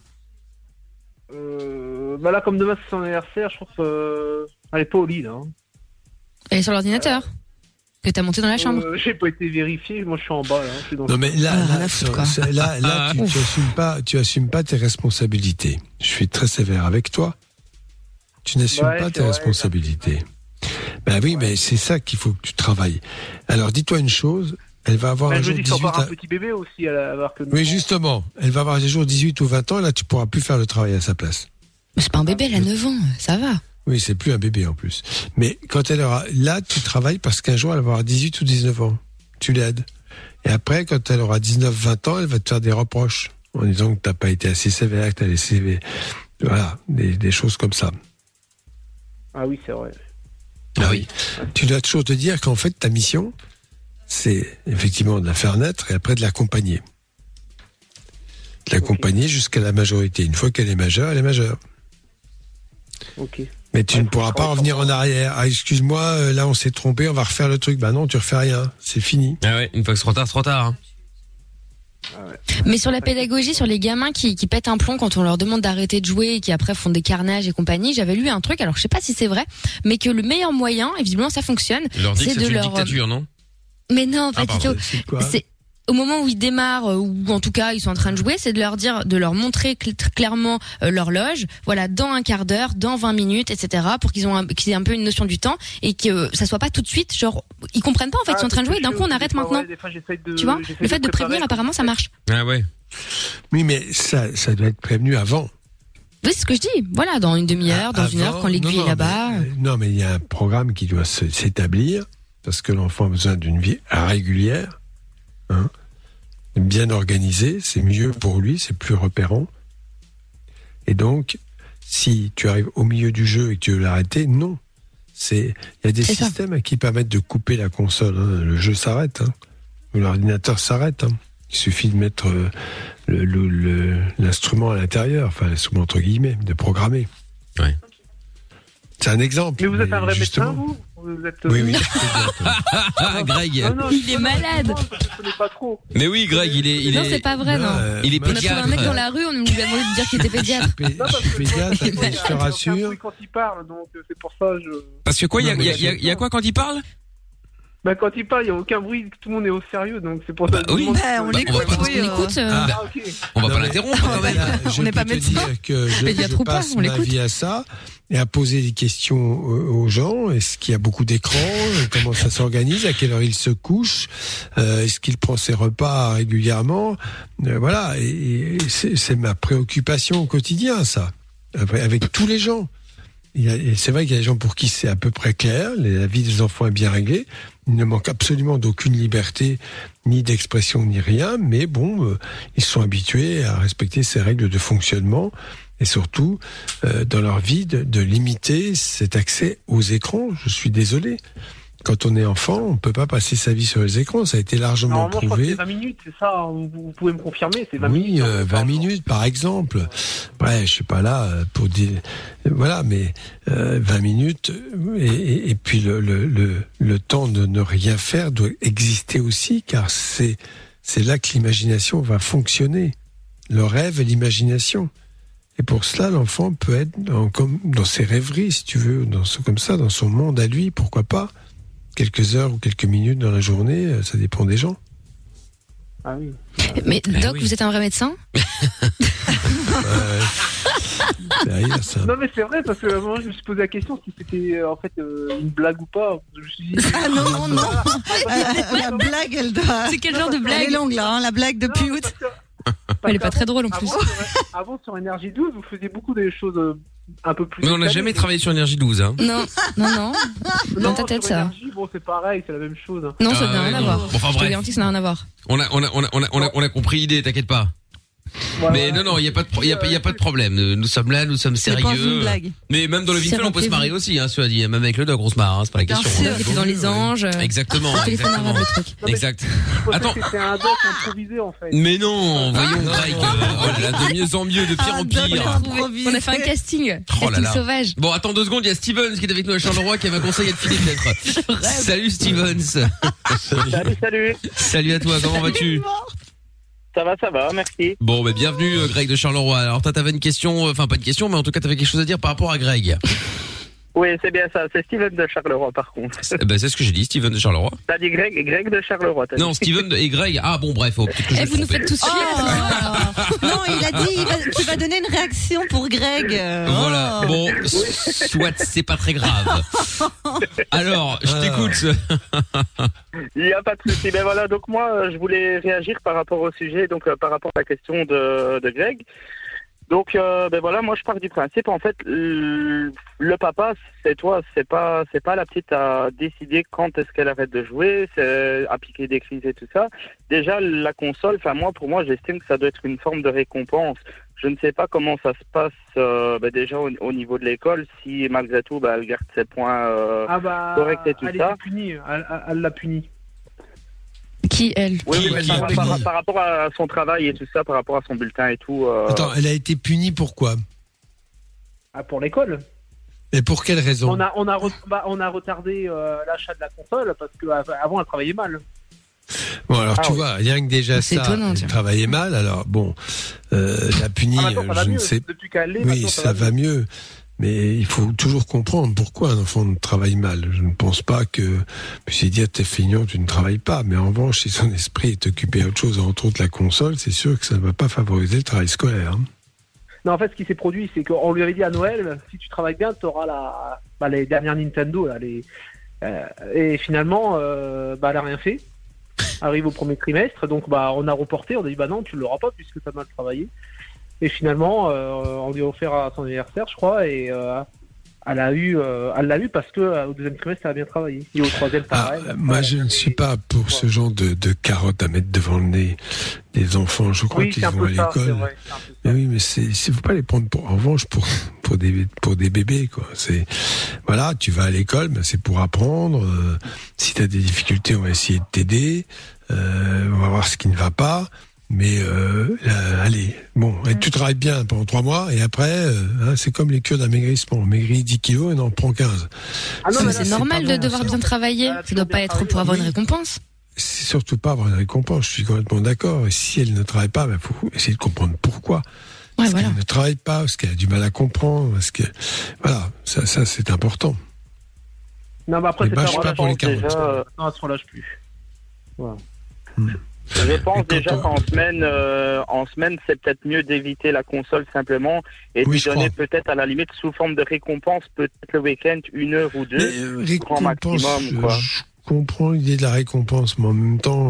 Bah là, comme demain c'est son anniversaire, je pense elle est pas au lit, là. Hein. Elle est sur l'ordinateur que t'as monté dans la chambre. J'ai pas été vérifié, moi je suis en bas, là. Je suis dans Non mais là, Ah, tu assumes pas tes responsabilités. Je suis très sévère avec toi. Tu n'assumes Ouais, pas c'est tes vrai, responsabilités. Ben oui, mais c'est ça qu'il faut que tu travailles. Alors dis-toi une chose, elle va avoir Bah, un je jour me dis que c'est 18 encore un ans. petit bébé aussi, elle va avoir que... Oui, justement, elle va avoir des jours 18 ou 20 ans et là tu pourras plus faire le travail à sa place. Mais c'est pas un bébé, elle a 9 ans, ça va. Oui, c'est plus un bébé en plus. Mais quand elle aura, là tu travailles parce qu'un jour elle va avoir 18 ou 19 ans. Tu l'aides. Et après, quand elle aura 19-20 ans, elle va te faire des reproches en disant que t'as pas été assez sévère, que t'as laissé, voilà, des choses comme ça. Ah oui, c'est vrai. Ah oui. Tu dois toujours te dire qu'en fait, ta mission, c'est effectivement de la faire naître et après de l'accompagner. De l'accompagner jusqu'à la majorité. Une fois qu'elle est majeure, elle est majeure. Ok. Mais tu ne pourras pas revenir en arrière. Ah, excuse-moi, là on s'est trompé, on va refaire le truc. Bah non, tu refais rien. C'est fini. Ah ouais, une fois que c'est trop tard. Hein. Mais sur la pédagogie, sur les gamins qui pètent un plomb quand on leur demande d'arrêter de jouer et qui après font des carnages et compagnie, j'avais lu un truc, alors je sais pas si c'est vrai, mais que le meilleur moyen, et visiblement ça fonctionne, Leur dit que c'est c'est de une leur... dictature, non? Mais non, pas Ah, du tout. pardon. C'est au moment où ils démarrent, ou en tout cas ils sont en train de jouer, c'est de leur dire, de leur montrer clairement l'horloge, voilà, dans un quart d'heure, dans 20 minutes, etc., pour qu'ils aient un peu une notion du temps et que ça soit pas tout de suite, genre, ils comprennent pas en fait, ils sont en train de jouer et d'un coup on arrête maintenant. Tu vois, le fait de prévenir, apparemment ça marche. Ah ouais. Oui, mais ça doit être prévenu avant. Oui, c'est ce que je dis. Voilà, dans une demi-heure, dans une heure, quand l'aiguille est là-bas. Non, mais il y a un programme qui doit s'établir parce que l'enfant a besoin d'une vie régulière, hein, bien organisée. C'est mieux pour lui, c'est plus repérant. Et donc, si tu arrives au milieu du jeu et que tu veux l'arrêter, non. Il y a des systèmes qui permettent de couper la console. Hein. Le jeu s'arrête, hein, ou l'ordinateur s'arrête. Hein. Il suffit de mettre l'instrument à l'intérieur, enfin l'instrument entre guillemets, de programmer. Ouais. C'est un exemple. Mais vous êtes un vrai justement. médecin, vous êtes... Oui. Greg. Il est malade. Je connais pas trop. Mais oui, Greg, il est. Non, c'est pas vrai, non. Il est On a trouvé un mec pédiatre. dans la rue, on lui a demandé de dire qu'il était pédiatre. Je suis pédiatre, je te rassure. Quand il parle, donc c'est pour ça je... Parce que quoi, il y a quoi quand il parle? Bah quand il parle, il y a aucun bruit, tout le monde est au sérieux, donc c'est pour ça. Bah oui. on l'écoute, oui. Ok. On va pas l'interrompre. Ah, bah, Je on n'est peux pas te médecin. dire que Pédiatre je ou pas, passe on ma l'écoute. vie à ça et à poser des questions aux gens. Est-ce qu'il y a beaucoup d'écrans? Comment ça s'organise? À quelle heure il se couche? Est-ce qu'il prend ses repas régulièrement? Voilà, et c'est ma préoccupation au quotidien, ça, avec tous les gens. Et c'est vrai qu'il y a des gens pour qui c'est à peu près clair, la vie des enfants est bien réglée, il ne manque absolument d'aucune liberté, ni d'expression, ni rien, mais bon, ils sont habitués à respecter ces règles de fonctionnement, et surtout, dans leur vie, de limiter cet accès aux écrans. Je suis désolé. Quand on est enfant, on peut pas passer sa vie sur les écrans, ça a été largement Normalement, je crois que prouvé. c'est 20 minutes, c'est ça, vous pouvez me confirmer, c'est 20 Oui, minutes. 20 minutes par exemple. Ouais, je suis pas là pour dire, voilà, mais 20 minutes et puis le temps de ne rien faire doit exister aussi, car c'est là que l'imagination va fonctionner. Le rêve et l'imagination. Et pour cela, l'enfant peut être comme dans ses rêveries, si tu veux, comme ça, dans son monde à lui, pourquoi pas. Quelques heures ou quelques minutes dans la journée, ça dépend des gens. Ah oui. Mais Doc, vous êtes un vrai médecin? Derrière, ça. Non mais c'est vrai parce que à un moment je me suis posé la question si c'était en fait une blague ou pas. Je me suis dit... Ah non. La blague, elle doit... C'est quel genre de blague? Elle est longue là, hein, la blague de pute. Elle est pas très drôle en plus. Avant sur Énergie 12, vous faisiez beaucoup des choses un peu plus... Mais on n'a jamais travaillé sur Énergie 12, hein. Non. Dans ta tête, sur ça. Énergie, bon, c'est pareil, c'est la même chose. Hein. Non, ça n'a rien à voir. Bon, enfin, Je te bref. garantis que ça n'a rien à voir. On a compris l'idée, t'inquiète pas. Mais non, il y a pas de problème. Nous sommes là, nous sommes C'est pas une sérieux. blague. Mais même dans le Ça Vinfell, m'a on peut se plaisir. marrer aussi, hein, cela dit. Même avec le Doc, on se marre, hein, c'est pas la Bien question. sûr. hein. Qui était dans les anges. Exactement, Téléphone exactement. arabe, le truc. Exact. Attends. C'était un doc improvisé en fait. Mais non, voyons Greg, oh là là, de mieux en mieux, de pire en pire. On a fait un casting. Oh là Casting là. sauvage. Bon, attends 2 secondes, il y a Stevens qui est avec nous à Charleroi qui avait un conseil à te filer peut-être. Salut Stevens. Salut. Salut à toi, comment vas-tu? Ça va, merci. Bon, bah bienvenue Greg de Charleroi. Alors toi t'avais une question, enfin pas de question, mais en tout cas t'avais quelque chose à dire par rapport à Greg. Oui, c'est bien ça. C'est Steven de Charleroi, par contre. Bah c'est ce que j'ai dit, Steven de Charleroi. T'as dit Greg de Charleroi. T'as Non, dit. Steven et Greg. Ah bon, bref, peut-être que je Eh, me vous nous trompais. faites tous chier. Non, il a dit qu'il va donner une réaction pour Greg. Voilà. Oh. Bon, soit c'est pas très grave. Alors, je t'écoute. Il n'y a pas de souci. Ben voilà, donc moi, je voulais réagir par rapport au sujet, donc par rapport à la question de Greg. Donc, ben voilà, moi je pars du principe, en fait, le papa, c'est toi, c'est pas la petite à décider quand est-ce qu'elle arrête de jouer, c'est appliquer des crises et tout ça. Déjà, la console, enfin pour moi, j'estime que ça doit être une forme de récompense. Je ne sais pas comment ça se passe déjà au niveau de l'école, si malgré tout, elle garde ses points corrects et tout elle ça. était punie, elle l'a punie. Qui, elle? Oui, mais par rapport à son travail et tout ça, par rapport à son bulletin et tout. Attends, elle a été punie pourquoi? Pour l'école. Et pour quelle raison? On a retardé l'achat de la console parce qu'avant elle travaillait mal. Bon, alors tu vois, rien que déjà C'est ça, étonnant, elle tiens. travaillait mal, alors bon, la punie, Maintenant, ça va je mieux. ne sais... Depuis qu'elle l'est, Oui, maintenant, ça va mieux. Mais il faut toujours comprendre pourquoi un enfant travaille mal. Je ne pense pas que puisse dire t'es feignant, tu ne travailles pas. Mais en revanche, si son esprit est occupé à autre chose, entre autres la console, c'est sûr que ça ne va pas favoriser le travail scolaire. Hein. Non, en fait, ce qui s'est produit, c'est qu'on lui avait dit à Noël, si tu travailles bien, tu auras les dernières Nintendo. Là, et finalement, elle n'a rien fait. Arrive au premier trimestre, donc on a reporté, on a dit non, tu ne l'auras pas puisque tu as mal travaillé. Et finalement, on lui a offert à son anniversaire, je crois, et elle l'a eu parce que au deuxième trimestre, elle a bien travaillé. Et au troisième, pareil. Moi, je ne suis pas pour ce genre de carottes à mettre devant le nez des enfants. Je crois qu'ils vont à l'école. Mais oui, mais faut pas les prendre en revanche pour des bébés, quoi. C'est, voilà, tu vas à l'école, c'est pour apprendre. Si tu as des difficultés, on va essayer de t'aider. On va voir ce qui ne va pas. Mais allez, bon, et tu travailles bien pendant 3 mois et après, c'est comme les cures d'amaigrissement. On maigrit 10 kilos et on en prend 15. C'est normal de devoir bien travailler. Ça doit pas être pour avoir une récompense. C'est surtout pas avoir une récompense. Je suis complètement d'accord. Et si elle ne travaille pas, faut essayer de comprendre pourquoi. Parce qu'elle ne travaille pas, parce qu'elle a du mal à comprendre, parce que voilà, ça c'est important. Non, mais après, je suis pas pour les carottes. Non, elle se relâche plus. Voilà. Je pense déjà qu'en semaine, c'est peut-être mieux d'éviter la console simplement et de lui donner peut-être à la limite sous forme de récompense, peut-être le week-end, 1 heure ou 2, grand maximum. Quoi. Je comprends l'idée de la récompense, mais en même temps,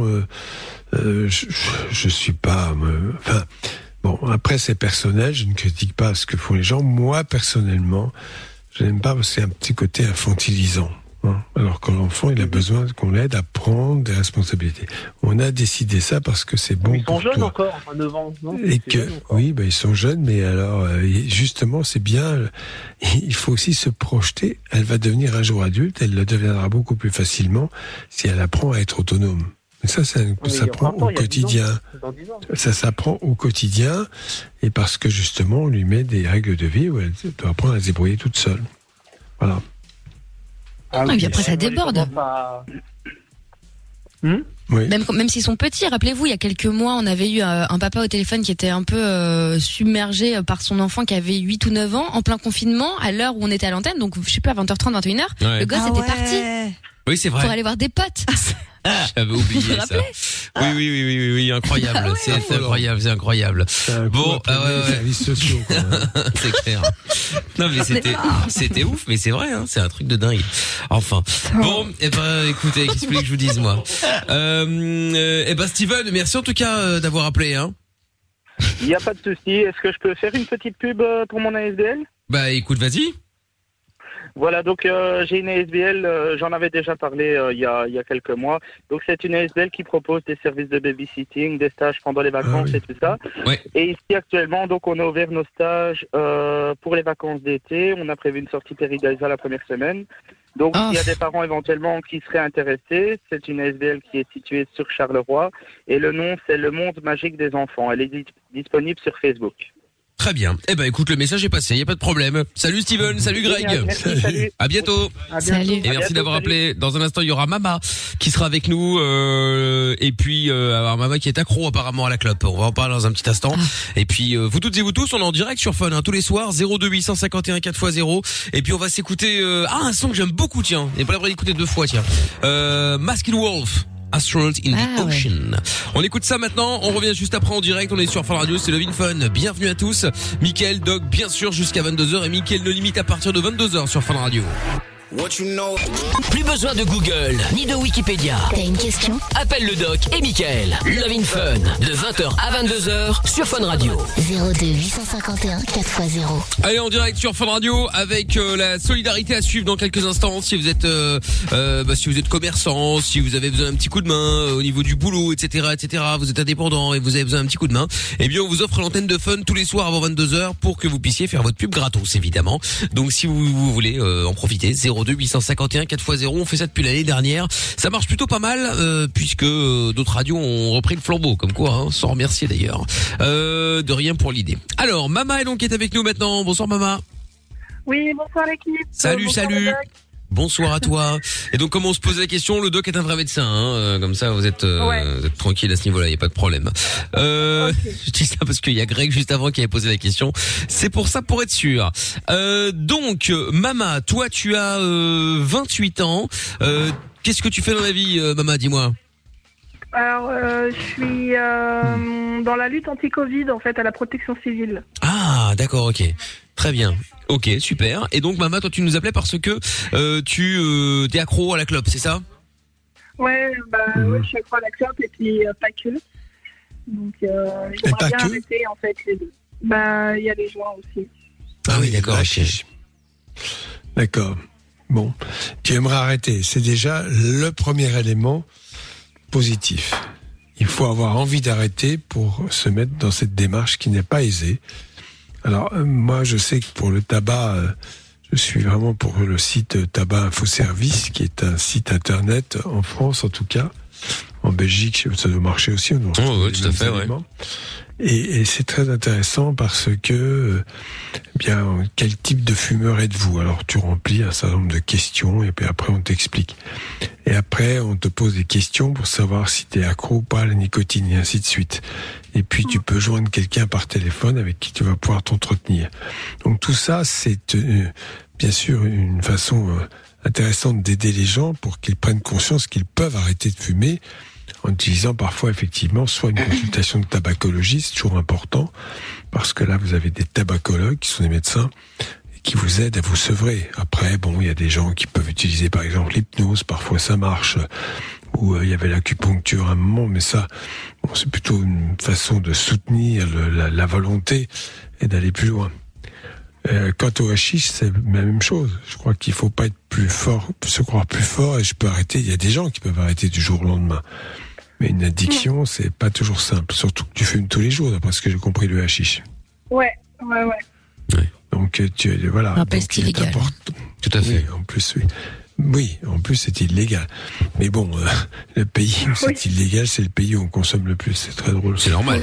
je suis pas... Enfin, bon, après c'est personnel, je ne critique pas ce que font les gens. Moi, personnellement, je n'aime pas parce que c'est un petit côté infantilisant. Alors que l'enfant, il a besoin qu'on l'aide à prendre des responsabilités. On a décidé ça parce que c'est bon pour toi. Ils sont jeunes encore, à 9 ans. Non, et que, oui, ils sont jeunes, mais alors, justement, c'est bien, il faut aussi se projeter. Elle va devenir un jour adulte, elle le deviendra beaucoup plus facilement si elle apprend à être autonome. Mais ça s'apprend au quotidien. Ça s'apprend au quotidien, et parce que justement, on lui met des règles de vie où elle doit apprendre à se débrouiller toute seule. Voilà. Et puis après, ça déborde. Oui. Même s'ils sont petits, rappelez-vous, il y a quelques mois, on avait eu un papa au téléphone qui était un peu submergé par son enfant qui avait 8 ou 9 ans, en plein confinement, à l'heure où on était à l'antenne, donc je sais pas, à 20h30, 21h, le gosse était parti. Oui, c'est vrai. Pour aller voir des potes. J'avais oublié Vous vous ça. rappelez Oui, incroyable. Ah ouais, c'est incroyable, c'est incroyable. Bon, services sociaux, quoi. C'est clair. Non, mais c'était ouf, mais c'est vrai, hein, c'est un truc de dingue. Enfin. Bon, écoutez, qu'est-ce que vous voulez que je vous dise, moi? Steven, merci en tout cas d'avoir appelé, hein. Il n'y a pas de souci. Est-ce que je peux faire une petite pub pour mon ASBL? Bah, écoute, vas-y. Voilà, donc j'ai une ASBL, j'en avais déjà parlé il y a quelques mois. Donc c'est une ASBL qui propose des services de babysitting, des stages pendant les vacances et tout ça. Ouais. Et ici actuellement, donc on a ouvert nos stages pour les vacances d'été. On a prévu une sortie Paradisa la première semaine. Donc s'il y a des parents éventuellement qui seraient intéressés, c'est une ASBL qui est située sur Charleroi et le nom c'est Le Monde Magique des Enfants. Elle est disponible sur Facebook. Très bien. Écoute, le message est passé, y a pas de problème. Salut Steven, salut Greg. Merci, salut. À bientôt. Salut. Et merci d'avoir appelé. Dans un instant, il y aura Mama qui sera avec nous et puis alors Mama qui est accro apparemment à la clope. On va en parler dans un petit instant. Et puis vous toutes et vous tous, on est en direct sur Fun tous les soirs 02 851 4x0 et puis on va s'écouter un son que j'aime beaucoup tiens. Et pas la d'écouter deux fois tiens. Masked Wolf. Astronaut in the Ocean. Ouais. On écoute ça maintenant, on revient juste après en direct, on est sur Fun Radio, c'est Love in Fun. Bienvenue à tous. Mickaël, Doc, bien sûr jusqu'à 22h et Mickaël No Limite à partir de 22h sur Fun Radio. What you know. Plus besoin de Google, ni de Wikipédia. T'as une question? Appelle le doc et Mickaël. Love in Fun, de 20h à 22h sur Fun Radio. 02 851 4x0. Allez, en direct sur Fun Radio avec la solidarité à suivre dans quelques instants. Si vous êtes si vous êtes commerçant, si vous avez besoin d'un petit coup de main au niveau du boulot, etc., vous êtes indépendant et vous avez besoin d'un petit coup de main, eh bien on vous offre l'antenne de Fun tous les soirs avant 22h pour que vous puissiez faire votre pub gratos, évidemment. Donc si vous voulez en profiter, 02 851 4x0, on fait ça depuis l'année dernière. Ça marche plutôt pas mal puisque d'autres radios ont repris le flambeau, comme quoi, hein, sans remercier d'ailleurs. De rien pour l'idée. Alors, Mama est donc est avec nous maintenant. Bonsoir Mama. Oui, bonsoir l'équipe. Salut. Bonsoir à toi. Et donc, comme on se posait la question, le doc est un vrai médecin, hein, comme ça vous êtes tranquille à ce niveau-là, il y a pas de problème. Je dis ça parce qu'il y a Greg juste avant qui avait posé la question. C'est pour ça, pour être sûr. Donc, Mama, toi, tu as 28 ans. Qu'est-ce que tu fais dans la vie, Mama, dis-moi. Alors, je suis dans la lutte anti-Covid, en fait, à la protection civile. Ah, d'accord, ok. Très bien. Ok, super. Et donc, Mama, toi, tu nous appelais parce que tu t'es accro à la clope, c'est ça? Ouais, je suis accro à la clope et puis pas que. Donc, j'aimerais bien arrêter, en fait, les deux. Il y a les joints aussi. Ah oui, d'accord. D'accord. Bon, tu aimerais arrêter. C'est déjà le premier élément positif. Il faut avoir envie d'arrêter pour se mettre dans cette démarche qui n'est pas aisée. Alors, moi, je sais que pour le tabac, je suis vraiment pour le site Tabac Info Service, qui est un site internet, en France en tout cas. En Belgique, ça doit marcher aussi. Oui, tout à fait, ouais. Et c'est très intéressant parce que, quel type de fumeur êtes-vous? Alors, tu remplis un certain nombre de questions et puis après, on t'explique. Et après, on te pose des questions pour savoir si t'es accro ou pas à la nicotine et ainsi de suite. Et puis, tu peux joindre quelqu'un par téléphone avec qui tu vas pouvoir t'entretenir. Donc, tout ça, c'est bien sûr une façon intéressante d'aider les gens pour qu'ils prennent conscience qu'ils peuvent arrêter de fumer en utilisant parfois effectivement soit une consultation de tabacologie, c'est toujours important, parce que là vous avez des tabacologues qui sont des médecins et qui vous aident à vous sevrer. Après, il y a des gens qui peuvent utiliser par exemple l'hypnose, parfois ça marche, ou il y avait l'acupuncture à un moment, mais ça, c'est plutôt une façon de soutenir la volonté et d'aller plus loin. Quant au hashish, c'est la même chose. Je crois qu'il faut pas être plus fort, se croire plus fort, et je peux arrêter. Il y a des gens qui peuvent arrêter du jour au lendemain. Mais une addiction, c'est pas toujours simple. Surtout que tu fumes tous les jours, d'après ce que j'ai compris, le hashish. Ouais. Donc, voilà. Un peste illégal. Tout à fait. Oui, en plus, oui. Oui, en plus, c'est illégal. Mais bon, le pays où c'est illégal, c'est le pays où on consomme le plus. C'est très drôle. C'est normal.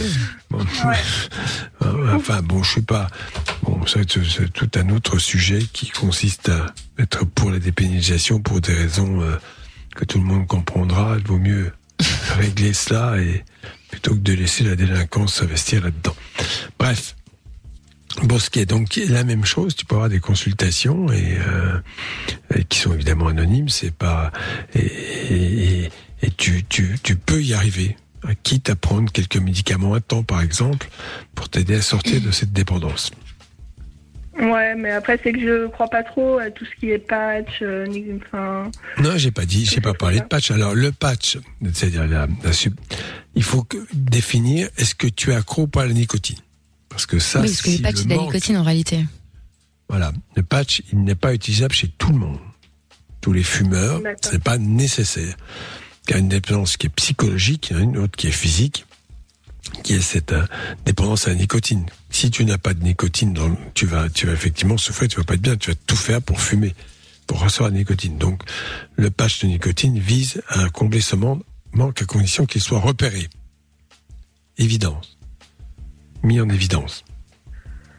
Je sais pas. C'est tout un autre sujet qui consiste à être pour la dépénalisation pour des raisons que tout le monde comprendra. Il vaut mieux régler cela plutôt que de laisser la délinquance s'investir là-dedans. Bref. Bosquet. Donc la même chose, tu peux avoir des consultations et qui sont évidemment anonymes, c'est pas et tu peux y arriver, quitte à prendre quelques médicaments à temps par exemple pour t'aider à sortir de cette dépendance. Ouais, mais après c'est que je crois pas trop à tout ce qui est patch, Non, j'ai pas parlé de patch. Alors le patch, c'est-à-dire il faut définir est-ce que tu es accro ou pas à la nicotine. Parce que ça, oui, parce que le patch, c'est de la nicotine en réalité. Voilà, le patch, il n'est pas utilisable chez tout le monde. Tous les fumeurs, ce n'est pas nécessaire. Il y a une dépendance qui est psychologique, il y en a une autre qui est physique, qui est cette dépendance à la nicotine. Si tu n'as pas de nicotine, tu vas effectivement souffrir, tu vas pas être bien, tu vas tout faire pour fumer, pour recevoir la nicotine. Donc, le patch de nicotine vise à combler ce manque à condition qu'il soit repéré. Évidence. Mis en évidence. D'accord ?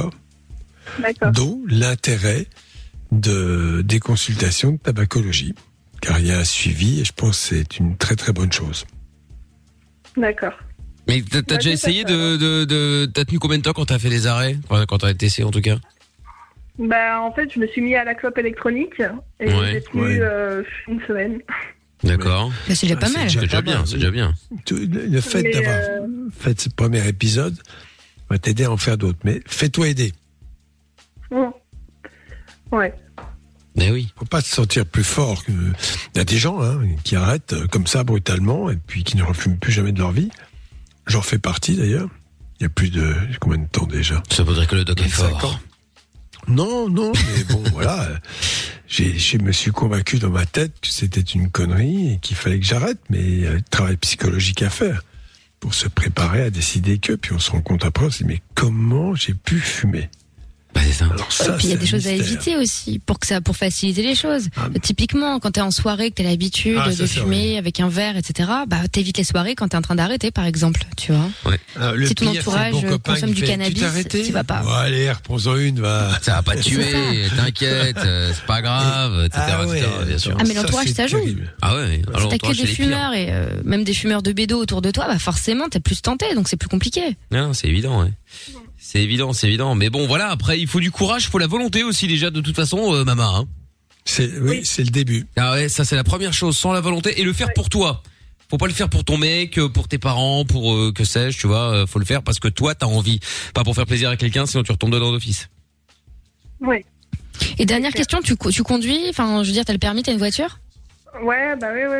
D'où l'intérêt des consultations de tabacologie. Car il y a un suivi et je pense que c'est une très très bonne chose. D'accord. Mais t'as déjà essayé t'as tenu combien de temps quand t'as fait les arrêts? Quand t'as essayé en tout cas? Bah en fait je me suis mis à la clope électronique et j'ai tenu une semaine. D'accord. Bah, c'est déjà pas mal. C'est déjà bien, c'est déjà bien. Le fait d'avoir fait ce premier épisode va t'aider à en faire d'autres. Mais fais-toi aider. Ouais. Mais oui. Faut pas se sentir plus fort. Il y a des gens qui arrêtent comme ça brutalement et puis qui ne refument plus jamais de leur vie. J'en fais partie d'ailleurs. Il y a plus de combien de temps déjà? Ça voudrait que le doc est fort. Non, mais bon, voilà. Je me suis convaincu dans ma tête que c'était une connerie et qu'il fallait que j'arrête, mais il y a un travail psychologique à faire pour se préparer à décider que, puis on se rend compte après, on se dit, mais comment j'ai pu fumer? Bah, c'est ça. Alors ça, et puis il y a des choses à éviter aussi pour faciliter les choses. Typiquement, quand t'es en soirée, que t'as l'habitude de fumer avec un verre, etc. Bah t'évites les soirées quand t'es en train d'arrêter, par exemple, tu vois. Ouais. Si ton entourage consomme du cannabis, tu vas pas. Bon, allez, reprends-en une, va. Ça va pas te tuer, t'inquiète, c'est pas grave, etc. Bien sûr. Ah mais l'entourage ça joue. Ah ouais. Si t'as que des fumeurs et même des fumeurs de bédo autour de toi, bah forcément t'es plus tenté, donc c'est plus compliqué. Non, c'est évident, ouais. C'est évident. Mais bon, voilà, après, il faut du courage, il faut la volonté aussi, déjà, de toute façon, Mama, hein. C'est le début. Ah ouais, ça, c'est la première chose, sans la volonté, et le faire pour toi. Faut pas le faire pour ton mec, pour tes parents, pour, que sais-je, tu vois, faut le faire parce que toi, t'as envie. Pas pour faire plaisir à quelqu'un, sinon tu retombes dedans d'office. Oui. Et dernière question, tu conduis, enfin, je veux dire, t'as le permis, t'as une voiture? Ouais,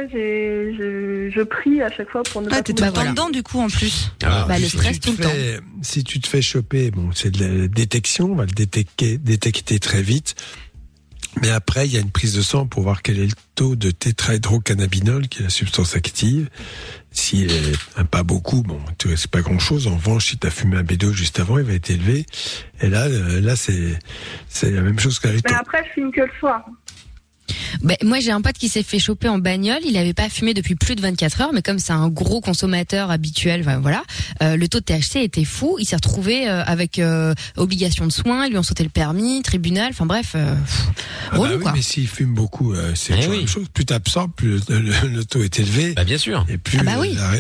je prie à chaque fois pour ne pas t'es tout le temps dedans du coup en plus. Le stress tout le temps. Si tu te fais choper, bon, c'est de la détection, on va le détecter très vite. Mais après, il y a une prise de sang pour voir quel est le taux de tétrahydrocannabinol, qui est la substance active. S'il est pas beaucoup, bon, c'est pas grand chose. En revanche, si t'as fumé un bédo juste avant, il va être élevé. Et là, c'est la même chose qu'avec toi. Mais après, je fume que le soir. Moi j'ai un pote qui s'est fait choper en bagnole, il avait pas fumé depuis plus de 24 heures, mais comme c'est un gros consommateur habituel, voilà, le taux de THC était fou, il s'est retrouvé avec obligation de soins, ils lui ont sauté le permis, tribunal, enfin bref, relou quoi. Mais s'il fume beaucoup, c'est la même chose, plus t'absorbes, plus le taux est élevé. Bah bien sûr. Et plus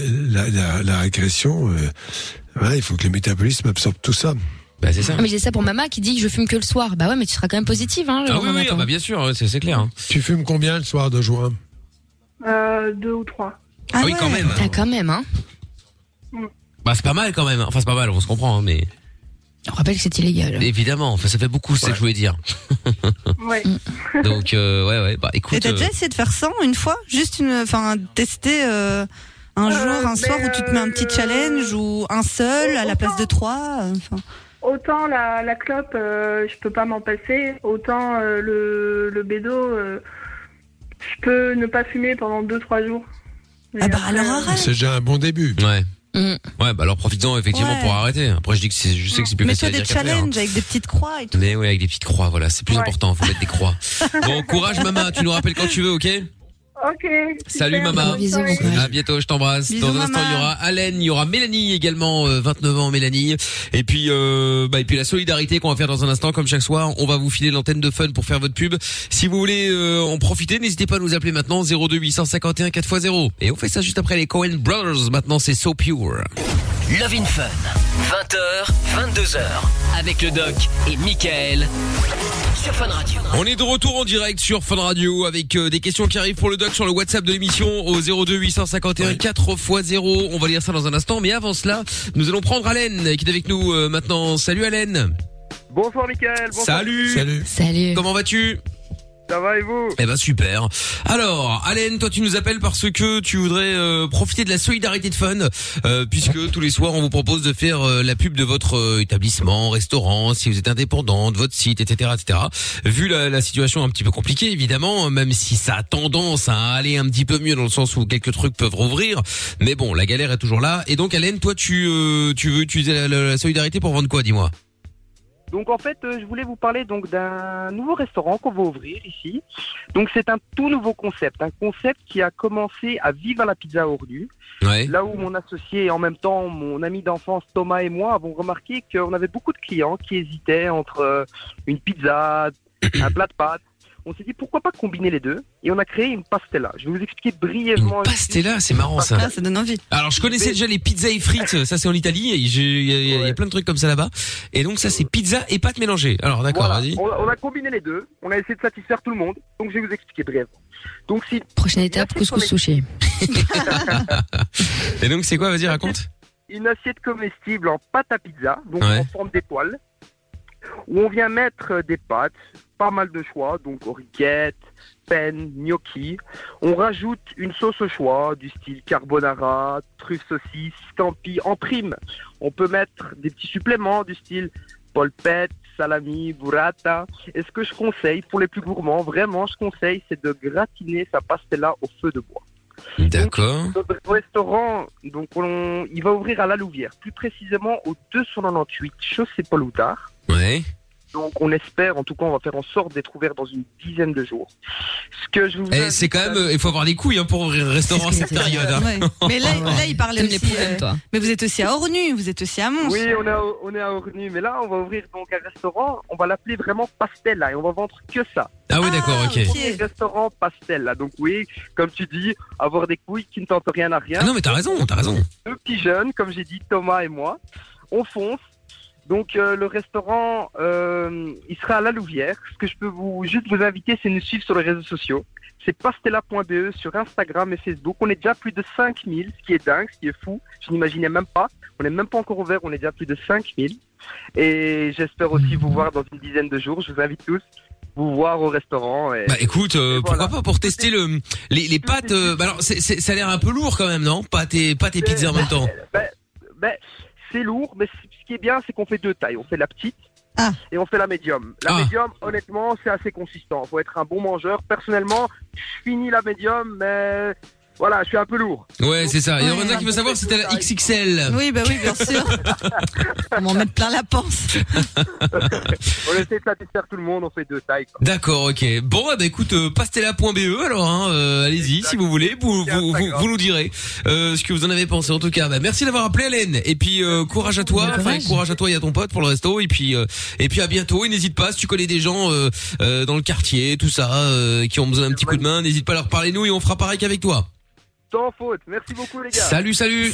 la régression, il faut que le métabolisme absorbe tout ça. Bah c'est ça. Mais j'ai ça pour Mama qui dit je fume que le soir. Bah ouais, mais tu seras quand même positive, hein. Oui, bah bien sûr, c'est clair. Hein. Tu fumes combien le soir de juin? 2 ou 3. Ah oui, quand même. Ah, quand même, hein. Bah c'est pas mal quand même. Enfin c'est pas mal, on se comprend, hein, mais. On rappelle que c'est illégal. Évidemment, enfin ça fait beaucoup, c'est ce que je voulais dire. Ouais. Donc bah écoute. Et t'as déjà essayé de faire 100 une fois, juste tester un jour, un soir où tu te mets un petit challenge ou un seul à la place de 3. Autant la clope, je peux pas m'en passer. Autant le bédo, je peux ne pas fumer pendant 2-3 jours. Ah bah alors arrête. C'est déjà un bon début. Ouais. Ouais, bah alors profites-en effectivement pour arrêter. Après je sais que c'est plus facile à dire qu'à faire. Mets-toi des challenges avec des petites croix et tout. Mais oui, avec des petites croix, voilà, c'est plus important, faut mettre des croix. Bon, courage Mama, tu nous rappelles quand tu veux, OK? Ok. Salut Mama. Bisous. À bientôt, je t'embrasse. Bisous, dans un instant, maman. il y aura Allen, il y aura Mélanie également, 29 ans Mélanie. Et puis la solidarité qu'on va faire dans un instant, comme chaque soir, on va vous filer l'antenne de Fun pour faire votre pub. Si vous voulez en profiter, n'hésitez pas à nous appeler maintenant 02 851 4x0. Et on fait ça juste après les Coen Brothers. Maintenant, c'est So Pure. Love in Fun. 20h, 22h. Avec le doc et Mickaël. Sur Fun Radio. On est de retour en direct sur Fun Radio avec des questions qui arrivent pour le doc sur le WhatsApp de l'émission au 02 851 4x0. On va lire ça dans un instant. Mais avant cela, nous allons prendre Allen qui est avec nous maintenant. Salut Allen. Bonsoir Mickaël. Bonsoir. Salut. Comment vas-tu? Ça va et vous? Eh ben super. Alors, Allen, toi tu nous appelles parce que tu voudrais profiter de la solidarité de Fun, puisque tous les soirs on vous propose de faire la pub de votre établissement, restaurant, si vous êtes indépendant, de votre site, etc., etc. Vu la situation un petit peu compliquée, évidemment, même si ça a tendance à aller un petit peu mieux dans le sens où quelques trucs peuvent rouvrir, mais bon, la galère est toujours là. Et donc, Allen, toi tu veux utiliser la solidarité pour vendre quoi, dis-moi? Donc en fait, je voulais vous parler donc d'un nouveau restaurant qu'on va ouvrir ici. Donc c'est un tout nouveau concept, un concept qui a commencé à Viva la Pizza Ordu. Ouais. Là où mon associé et en même temps mon ami d'enfance Thomas et moi avons remarqué qu'on avait beaucoup de clients qui hésitaient entre une pizza, un plat de pâtes. On s'est dit pourquoi pas combiner les deux et on a créé une pastella. Je vais vous expliquer brièvement. Une pastella, c'est marrant ça. Ah, ça donne envie. Alors je connaissais déjà les pizzas et frites, ça c'est en Italie, il y a plein de trucs comme ça là-bas. Et donc ça c'est pizza et pâtes mélangées. Alors d'accord, voilà. vas-y. On a combiné les deux, on a essayé de satisfaire tout le monde. Donc je vais vous expliquer brièvement. Donc si prochaine étape, couscous sushi. Et donc c'est quoi, vas-y raconte. Une assiette comestible en pâte à pizza, donc en forme d'étoile, où on vient mettre des pâtes, pas mal de choix, donc oriquettes, penne, gnocchi. On rajoute une sauce au choix, du style carbonara, truffe saucisse, scampi. En prime, on peut mettre des petits suppléments du style polpette, salami, burrata. Et ce que je conseille pour les plus gourmands, vraiment je conseille, c'est de gratiner sa pastella au feu de bois. D'accord. Donc, notre restaurant, donc il va ouvrir à La Louvière, plus précisément au 298 chaussée Paul Houtard. Ouais. Donc on espère, en tout cas on va faire en sorte d'être ouvert dans une dizaine de jours. Ce que je vous c'est quand même, il faut avoir des couilles pour ouvrir un restaurant à cette période. Hein. Ouais. Mais là il parlait aussi. Mais vous êtes aussi à Ornu, vous êtes aussi à Mons. Oui, on est à Ornu, mais là on va ouvrir donc un restaurant. On va l'appeler vraiment Pastella et on va vendre que ça. Ah oui, d'accord, ok. Un restaurant Pastella. Donc oui, comme tu dis, avoir des couilles qui ne tentent rien à rien. Ah non mais t'as raison. Deux petits jeunes, comme j'ai dit, Thomas et moi, on fonce. Donc le restaurant, il sera à La Louvière. Ce que je peux juste vous inviter, c'est de nous suivre sur les réseaux sociaux. C'est pastella.be sur Instagram et Facebook. On est déjà plus de 5000, ce qui est dingue, ce qui est fou. Je n'imaginais même pas. On n'est même pas encore ouvert, on est déjà plus de 5000. Et j'espère aussi vous voir dans une dizaine de jours. Je vous invite tous vous voir au restaurant. Et... Bah écoute, pourquoi pas pour tester les pâtes. Alors ça a l'air un peu lourd quand même, non? Pâtes et pizzas en même temps. C'est lourd, mais ce qui est bien, c'est qu'on fait deux tailles. On fait la petite et on fait la médium. La médium, honnêtement, c'est assez consistant. Faut être un bon mangeur. Personnellement, je finis la médium, mais voilà, je suis un peu lourd. Ouais, donc, c'est ça. Il y en a qui veut savoir si c'était la XXL. Oui, bah oui, bien sûr. On va en mettre plein la panse. On essaie de satisfaire tout le monde, on fait deux tailles. Quoi. D'accord, ok. Bon, bah écoute, pastella.be alors, hein, allez-y si vous voulez, vous nous direz ce que vous en avez pensé. En tout cas, bah merci d'avoir appelé Hélène. Et puis courage à toi, courage à toi et à ton pote pour le resto. Et puis à bientôt. Et n'hésite pas si tu connais des gens dans le quartier, tout ça, qui ont besoin d'un petit coup de main, n'hésite pas à leur parler nous et on fera pareil qu'avec toi. Sans faute. Merci beaucoup les gars. Salut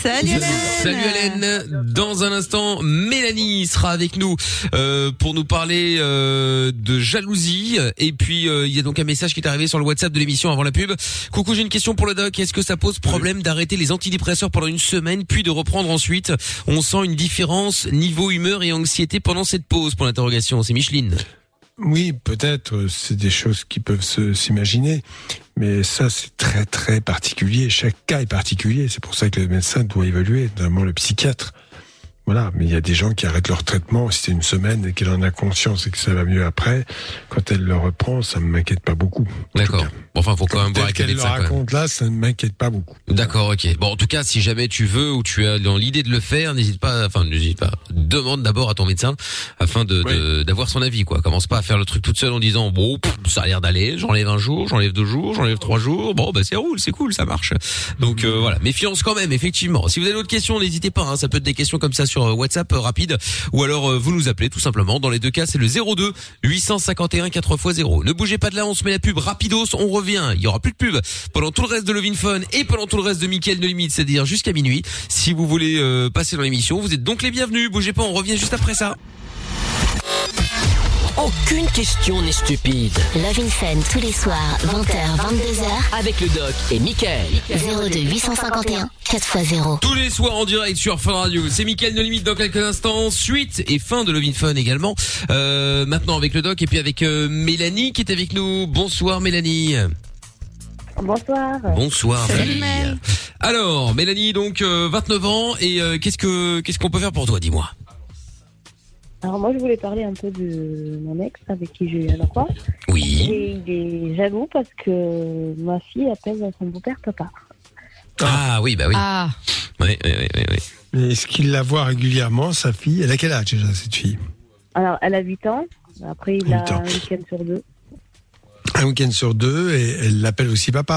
Hélène. Dans un instant, Mélanie sera avec nous pour nous parler de jalousie. Et puis il y a donc un message qui est arrivé sur le WhatsApp de l'émission avant la pub. Coucou, j'ai une question pour le doc. Est-ce que ça pose problème d'arrêter les antidépresseurs pendant une semaine puis de reprendre ensuite? On sent une différence niveau humeur et anxiété pendant cette pause. Pour l'interrogation, c'est Micheline. Oui, peut-être, c'est des choses qui peuvent s'imaginer, mais ça c'est très très particulier, chaque cas est particulier, c'est pour ça que le médecin doit évaluer, notamment le psychiatre. Voilà, mais il y a des gens qui arrêtent leur traitement, si c'est une semaine et qu'elle en a conscience et que ça va mieux après, quand elle le reprend, ça ne m'inquiète pas beaucoup. D'accord. Bon, enfin, faut quand même voir avec le médecin. Raconte là, ça ne m'inquiète pas beaucoup. D'accord, ok. Bon, en tout cas, si jamais tu veux ou tu as dans l'idée de le faire, n'hésite pas. Demande d'abord à ton médecin afin d'avoir son avis, quoi. Commence pas à faire le truc toute seule en disant bon, ça a l'air d'aller. J'enlève un jour, j'enlève 2 jours, j'enlève 3 jours. Bon, bah c'est cool, ça marche. Donc voilà, méfiance quand même, effectivement. Si vous avez d'autres questions, n'hésitez pas. Hein, ça peut être des questions comme ça sur WhatsApp rapide, ou alors vous nous appelez tout simplement. Dans les deux cas, c'est le 02 851 4x0. Ne bougez pas de là, on se met la pub rapidos, on revient. Il y aura plus de pub pendant tout le reste de Love in Fun et pendant tout le reste de Mickaël No Limite, c'est-à-dire jusqu'à minuit. Si vous voulez passer dans l'émission, vous êtes donc les bienvenus. Bougez pas, on revient juste après ça. Aucune question n'est stupide. Love in Fun tous les soirs, 20h, 22h. Avec le doc et Mickaël. 02 851 4x0. Tous les soirs en direct sur Fun Radio. C'est Mickaël No Limite dans quelques instants. Suite et fin de Love in Fun également. Maintenant avec le doc et puis avec Mélanie qui est avec nous. Bonsoir Mélanie. Bonsoir. Bonsoir. Salut. Alors Mélanie, donc 29 ans et qu'est-ce qu'on peut faire pour toi, dis-moi. Alors moi je voulais parler un peu de mon ex avec qui j'ai eu un enfant. Oui. Et il est jaloux parce que ma fille appelle son beau-père papa. Ah oui, bah oui. Ah. Oui. Mais est-ce qu'il la voit régulièrement, sa fille? Elle a quel âge déjà, cette fille? Alors elle a 8 ans. Après il a un week-end sur 2. Un week-end sur 2 et elle l'appelle aussi papa?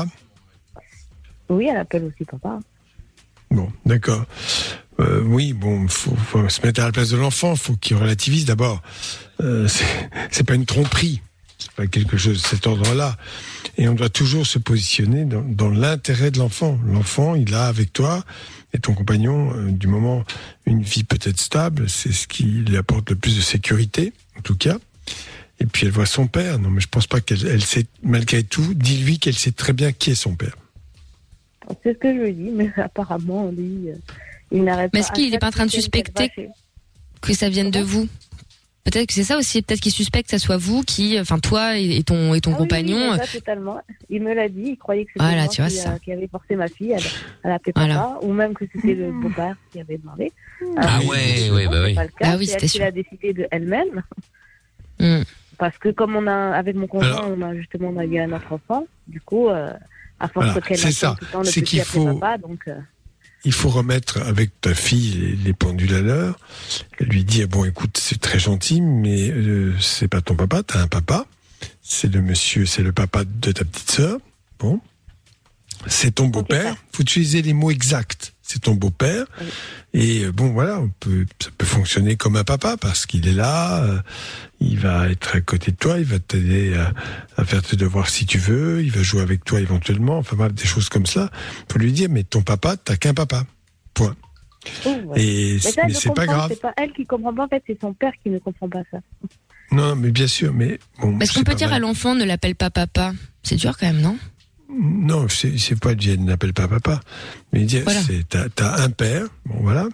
Oui, elle appelle aussi papa. Bon, d'accord. Oui, bon, faut se mettre à la place de l'enfant, faut qu'il relativise d'abord. C'est pas une tromperie, c'est pas quelque chose de cet ordre-là. Et on doit toujours se positionner dans l'intérêt de l'enfant. L'enfant, il a avec toi et ton compagnon, du moment une vie peut-être stable, c'est ce qui lui apporte le plus de sécurité, en tout cas. Et puis elle voit son père. Non, mais je pense pas qu'elle sait, malgré tout, dis-lui qu'elle sait très bien qui est son père. C'est ce que je lui dis, mais apparemment, lui, il n'arrête pas. Mais est-ce qu'il n'est pas en train de suspecter que ça vienne de vous? Peut-être que c'est ça aussi, peut-être qu'il suspecte que ça soit vous qui, enfin toi et ton compagnon. Oui, ça, totalement. Il me l'a dit, il croyait que c'était voilà, moi qui avait forcé ma fille à l'appeler papa, ou même que c'était le beau-père qui avait demandé. Ah ouais, bah oui. C'est pas le cas, Ah oui, c'est c'était elle qui sûr. l'a décidé de elle-même. Parce que comme on a, avec mon conjoint, on a eu un autre enfant, du coup, à force qu'elle c'est ça. tout le temps le C'est petit qu'il appelait faut, papa, donc. Il faut remettre avec ta fille les pendules à l'heure, lui dire bon écoute c'est très gentil mais c'est pas ton papa, t'as un papa, c'est le papa de ta petite sœur, bon, c'est ton beau-père, faut utiliser les mots exacts, c'est ton beau-père et bon voilà ça peut fonctionner comme un papa parce qu'il est là, il va être à côté de toi, il va t'aider à faire tes devoirs si tu veux, il va jouer avec toi éventuellement, enfin bref, des choses comme ça. Faut lui dire mais ton papa, t'as qu'un papa. Point. Et mais c'est pas grave. C'est pas elle qui comprend pas, en fait, c'est son père qui ne comprend pas ça. Non, mais bien sûr, mais bon. Est-ce qu'on peut dire à l'enfant ne l'appelle pas papa? C'est dur quand même, non? Non, c'est pas dire n'appelle pas papa, mais dire voilà. T'as un père, bon voilà,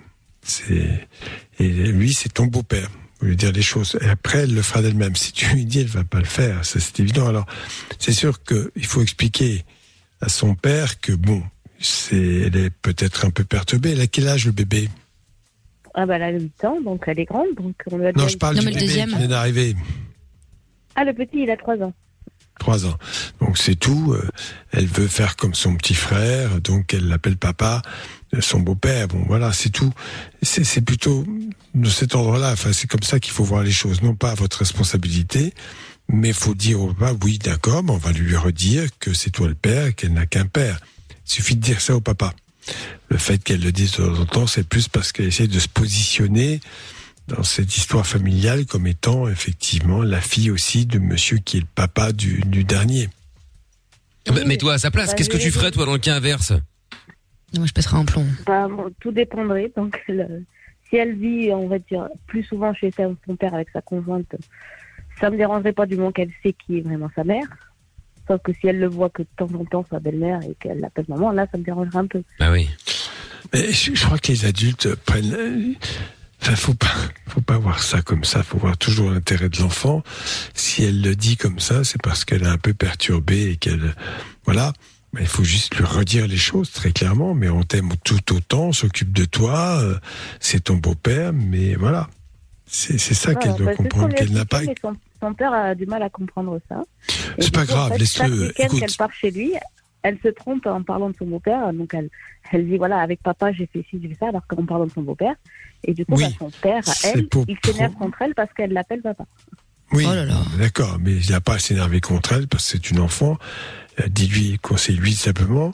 et lui c'est ton beau-père. Faut lui dire les choses. Et après elle le fera d'elle-même. Si tu lui dis, elle va pas le faire, ça c'est évident. Alors c'est sûr que il faut expliquer à son père que bon. Elle est peut-être un peu perturbée. Elle a quel âge le bébé? Ah bah elle a 8 ans, donc elle est grande. Donc on lui a non, je parle du bébé qui vient d'arriver. Ah, le petit, il a 3 ans. 3 ans. Donc c'est tout. Elle veut faire comme son petit frère, donc elle l'appelle papa, son beau-père. Bon voilà, c'est tout. C'est plutôt de cet ordre-là. Enfin, c'est comme ça qu'il faut voir les choses. Non pas à votre responsabilité, mais il faut dire au papa, oui d'accord, mais on va lui redire que c'est toi le père et qu'elle n'a qu'un père. Il suffit de dire ça au papa. Le fait qu'elle le dise de temps en temps, c'est plus parce qu'elle essaie de se positionner dans cette histoire familiale comme étant effectivement la fille aussi de monsieur qui est le papa du dernier. Mets-toi à sa place. Qu'est-ce que tu ferais toi dans le cas inverse? Non, je passerai un plomb. Bah, bon, tout dépendrait. Donc, si elle vit, on va dire, plus souvent chez son père avec sa conjointe, ça me dérangerait pas du moment qu'elle sait qui est vraiment sa mère. Sauf que si elle le voit que de temps en temps sa belle-mère et qu'elle l'appelle maman, là ça me dérangerait un peu. Ah oui. Mais je crois que les adultes prennent. Enfin, faut pas voir ça comme ça. Faut voir toujours l'intérêt de l'enfant. Si elle le dit comme ça, c'est parce qu'elle est un peu perturbée et qu'elle, voilà. Mais il faut juste lui redire les choses très clairement. Mais on t'aime tout autant, on s'occupe de toi. C'est ton beau-père, mais voilà. C'est ça qu'elle doit comprendre, qu'elle n'a pas. Son père a du mal à comprendre ça. C'est pas grave, laisse-le. Chaque week-end qu'elle part chez lui, elle se trompe en parlant de son beau-père. Donc elle dit voilà, avec papa j'ai fait ci, j'ai fait ça, alors qu'en parlant de son beau-père. Et du coup, son père, elle, il s'énerve contre elle parce qu'elle l'appelle papa. Oui, d'accord, mais il n'a pas à s'énerver contre elle parce que c'est une enfant. Dis-lui, conseille-lui simplement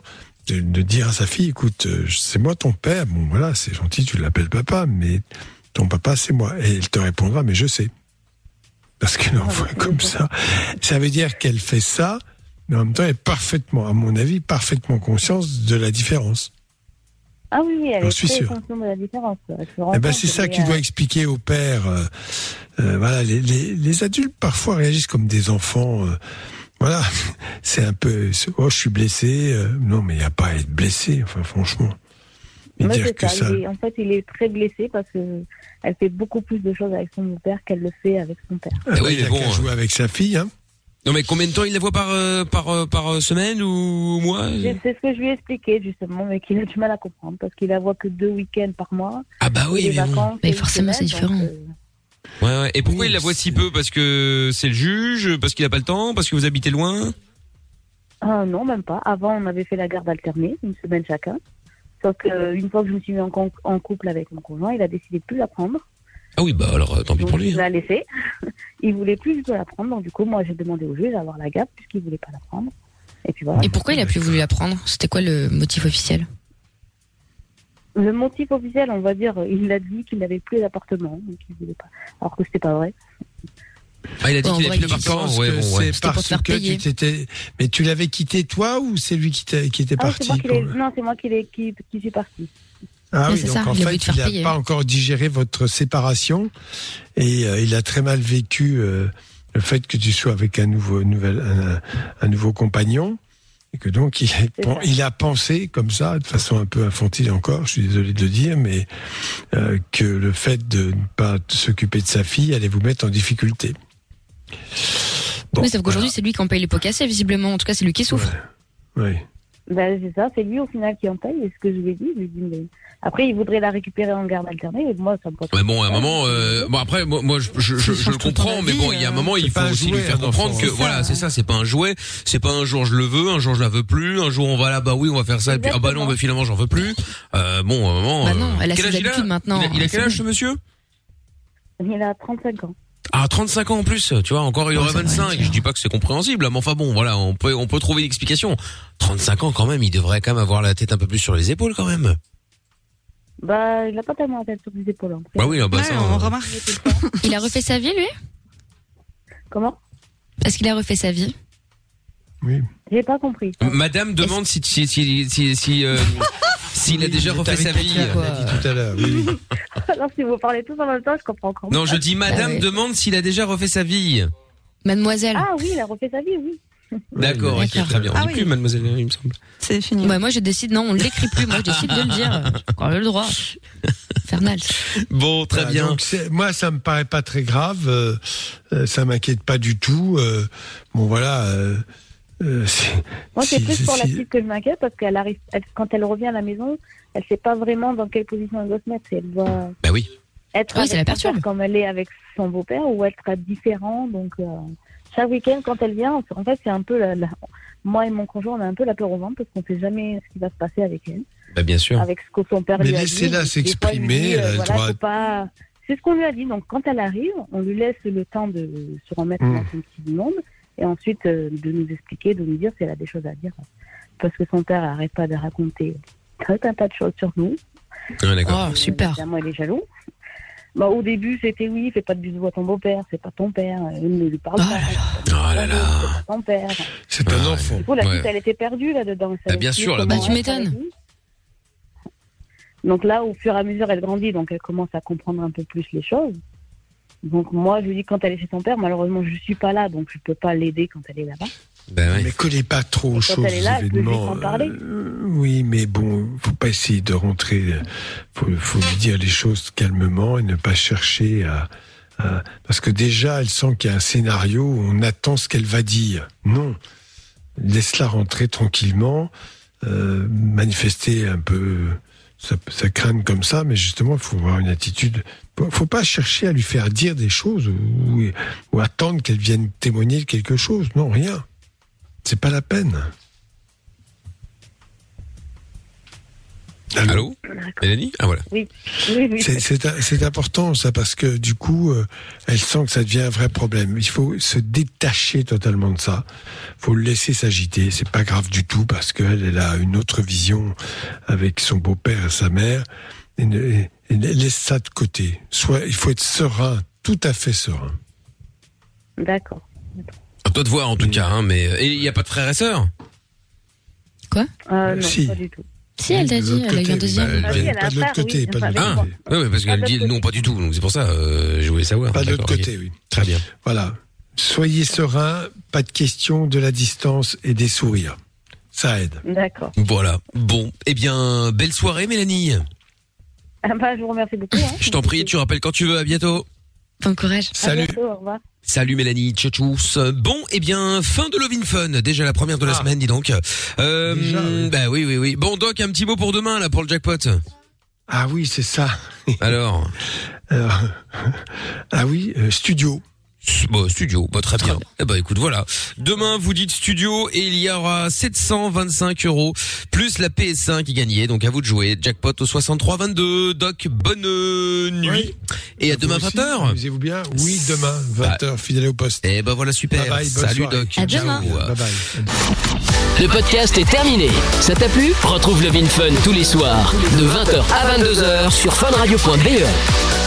de dire à sa fille, écoute, c'est moi ton père, bon voilà, c'est gentil, tu l'appelles papa, mais ton papa c'est moi. Et elle te répondra, mais je sais. Parce qu'elle envoie comme ça. Ça veut dire qu'elle fait ça, mais en même temps, elle est parfaitement, à mon avis, parfaitement conscience de la différence. Ah oui, elle est suis très sûr. consciente de la différence. Eh ben, c'est ça que tu dois expliquer au père. Voilà, les adultes parfois réagissent comme des enfants. Voilà, c'est un peu. Oh, je suis blessé. Non, mais il n'y a pas à être blessé. Enfin, franchement. Moi, c'est ça. En fait, il est très blessé parce que elle fait beaucoup plus de choses avec son père qu'elle le fait avec son père. Ah oui, il a qu'à jouer avec sa fille, hein. Non, mais combien de temps il la voit par semaine ou mois? C'est ce que je lui ai expliqué, justement, mais qu'il a du mal à comprendre parce qu'il la voit que 2 week-ends par mois. Ah bah oui, les vacances. Mais forcément, c'est différent. Ouais. Et pourquoi il la voit si peu? Parce que c'est le juge? Parce qu'il a pas le temps? Parce que vous habitez loin? Ah non, même pas. Avant, on avait fait la garde alternée, 1 semaine chacun. Sauf qu'une fois que je me suis mis en couple avec mon conjoint, il a décidé de plus la prendre. Ah oui, bah alors tant pis pour lui. Il l'a laissé. Il voulait plus du tout la prendre, donc du coup, moi, j'ai demandé au juge d'avoir la garde puisqu'il voulait pas la prendre. Et puis voilà. Et pourquoi il a plus voulu la prendre? C'était quoi le motif officiel? Le motif officiel, on va dire, il a dit qu'il n'avait plus d'appartement, donc il voulait pas. Alors que c'était pas vrai. Ah, il a dit qu'il avait plus d'appartement. Ouais, bon, ouais. C'est parce que tu t'étais. Mais tu l'avais quitté toi ou c'est lui qui était parti? Non, c'est moi qui suis parti. Ah oui, donc ça, en fait, il n'a pas encore digéré votre séparation et il a très mal vécu le fait que tu sois avec un nouveau compagnon et que donc il a pensé comme ça, de façon un peu infantile encore, je suis désolé de le dire, mais que le fait de ne pas s'occuper de sa fille allait vous mettre en difficulté. Bon, oui, sauf qu'aujourd'hui, c'est lui qui en paye les pots cassés, visiblement. En tout cas, c'est lui qui souffre. Oui. Ben, c'est ça, c'est lui au final qui en paye. Et ce que je lui ai dit, mais après, il voudrait la récupérer en garde alternée. Et moi, ça me pose. Mais bon, à un moment, bon après, moi, je le comprends, mais bon, il y a un moment, il faut aussi lui faire comprendre que voilà, c'est ça, c'est pas un jouet, c'est pas un jour je le veux, un jour je la veux plus, un jour on va là, bah oui, on va faire ça, et puis ah bah non, bah finalement j'en veux plus. Bon, à un moment. Bah non, elle a ses habitudes maintenant. Il a quel âge ce monsieur? Il a 35 ans. Ah, 35 ans en plus, tu vois, encore il aurait 25, je dis pas que c'est compréhensible, mais enfin bon, voilà, on peut trouver une explication. 35 ans quand même, il devrait quand même avoir la tête un peu plus sur les épaules quand même. Bah, il a pas tellement la tête sur les épaules. Bah oui, bah ça, on remarque. Il a refait sa vie, lui? Comment? Est-ce qu'il a refait sa vie? Oui. J'ai pas compris. Madame demande s'il a déjà refait sa vie. On l'a dit tout à l'heure, oui. Alors, si vous parlez tous en même temps, je comprends encore. Non, je dis madame demande s'il a déjà refait sa vie. Mademoiselle. Ah oui, il a refait sa vie, oui. D'accord, ok, très bien. On dit plus mademoiselle, il me semble. C'est fini. Ouais, moi je décide, non, on ne l'écrit plus. Moi je décide de le dire. On a le droit. Infernal. Bon, très bien. Donc moi, ça me paraît pas très grave. Ça m'inquiète pas du tout. Bon, voilà. Moi, c'est plus pour la petite que je m'inquiète parce qu'elle arrive, quand elle revient à la maison, elle sait pas vraiment dans quelle position elle doit se mettre. Elle doit être avec son père comme elle est avec son beau-père ou être différent. Donc, chaque week-end, quand elle vient, en fait, c'est un peu moi et mon conjoint, on a un peu la peur au ventre parce qu'on sait jamais ce qui va se passer avec elle. Bah, bien sûr. Avec ce que son père lui a dit. Mais laissez-la s'exprimer. C'est ce qu'on lui a dit. Donc, quand elle arrive, on lui laisse le temps de se remettre dans son petit monde. Et ensuite, de nous expliquer, de nous dire si elle a des choses à dire. Parce que son père n'arrête pas de raconter tout un tas de choses sur nous. Ah, d'accord. Oh, super. Évidemment, il est jaloux. Bah, au début, c'était oui, fais pas de bisous à ton beau-père, c'est pas ton père, ne lui parle pas. Oh là là. C'est pas ton père. C'est un enfant. Du coup, la petite, elle était perdue là-dedans. Bah, bien sûr. Bah, tu m'étonnes. Donc là, au fur et à mesure, elle grandit, donc elle commence à comprendre un peu plus les choses. Donc moi, je lui dis, quand elle est chez son père, malheureusement, je suis pas là, donc je peux pas l'aider quand elle est là-bas. Ben ouais. Mais collez pas trop aux choses, aux événements. Oui, mais bon, faut pas essayer de rentrer. Faut lui dire les choses calmement et ne pas chercher à parce que déjà, elle sent qu'il y a un scénario où on attend ce qu'elle va dire. Non, laisse-la rentrer tranquillement, manifester un peu sa crainte comme ça, mais justement, il faut avoir une attitude. Faut pas chercher à lui faire dire des choses ou attendre qu'elle vienne témoigner de quelque chose. Non, rien. C'est pas la peine. Allô Mélanie? Ah voilà. Oui. C'est important ça parce que du coup, elle sent que ça devient un vrai problème. Il faut se détacher totalement de ça. Faut le laisser s'agiter. C'est pas grave du tout parce qu'elle a une autre vision avec son beau-père et sa mère. Et laisse ça de côté. Il faut être serein, tout à fait serein. D'accord. À toi de voir en tout cas, hein, mais et il y a pas de frères et sœurs? Quoi? Non, Si. pas du tout. Si, elle t'a dit, elle a eu un deuxième. Pas de l'autre côté, pas de l'autre côté. Oui, parce qu'elle dit non, pas du tout. Donc c'est pour ça, je voulais savoir. Pas de l'autre D'accord, côté, ok. oui. Très bien. Voilà. Soyez serein, pas de question, de la distance et des sourires. Ça aide. D'accord. Voilà. Bon, eh bien, belle soirée, Mélanie. Je vous remercie beaucoup. Hein. Je t'en prie, tu rappelles quand tu veux. À bientôt. Bon courage. Salut. À bientôt, au revoir. Salut Mélanie, tchotchous. Bon, eh bien, fin de Love in Fun. Déjà la première de la semaine, dis donc. Oui. Bah oui. Bon, Doc, un petit mot pour demain, là, pour le jackpot. Ah oui, c'est ça. Alors. Ah oui, studio. Bon, studio, bah, très bien. Eh ben, écoute, voilà. Demain, vous dites studio et il y aura 725 € plus la PS5 qui est gagnée. Donc, à vous de jouer. Jackpot au 63-22. Doc, bonne nuit. Oui. Et à demain, 20h. Amusez-vous bien. Oui, demain, 20h, fidèle au poste. Eh ben, voilà, super. Bye bye, bonne Salut, soirée. Doc. À demain. Bye bye. Le podcast est terminé. Ça t'a plu? Retrouve Love in Fun tous les soirs de 20h à 22h sur funradio.be.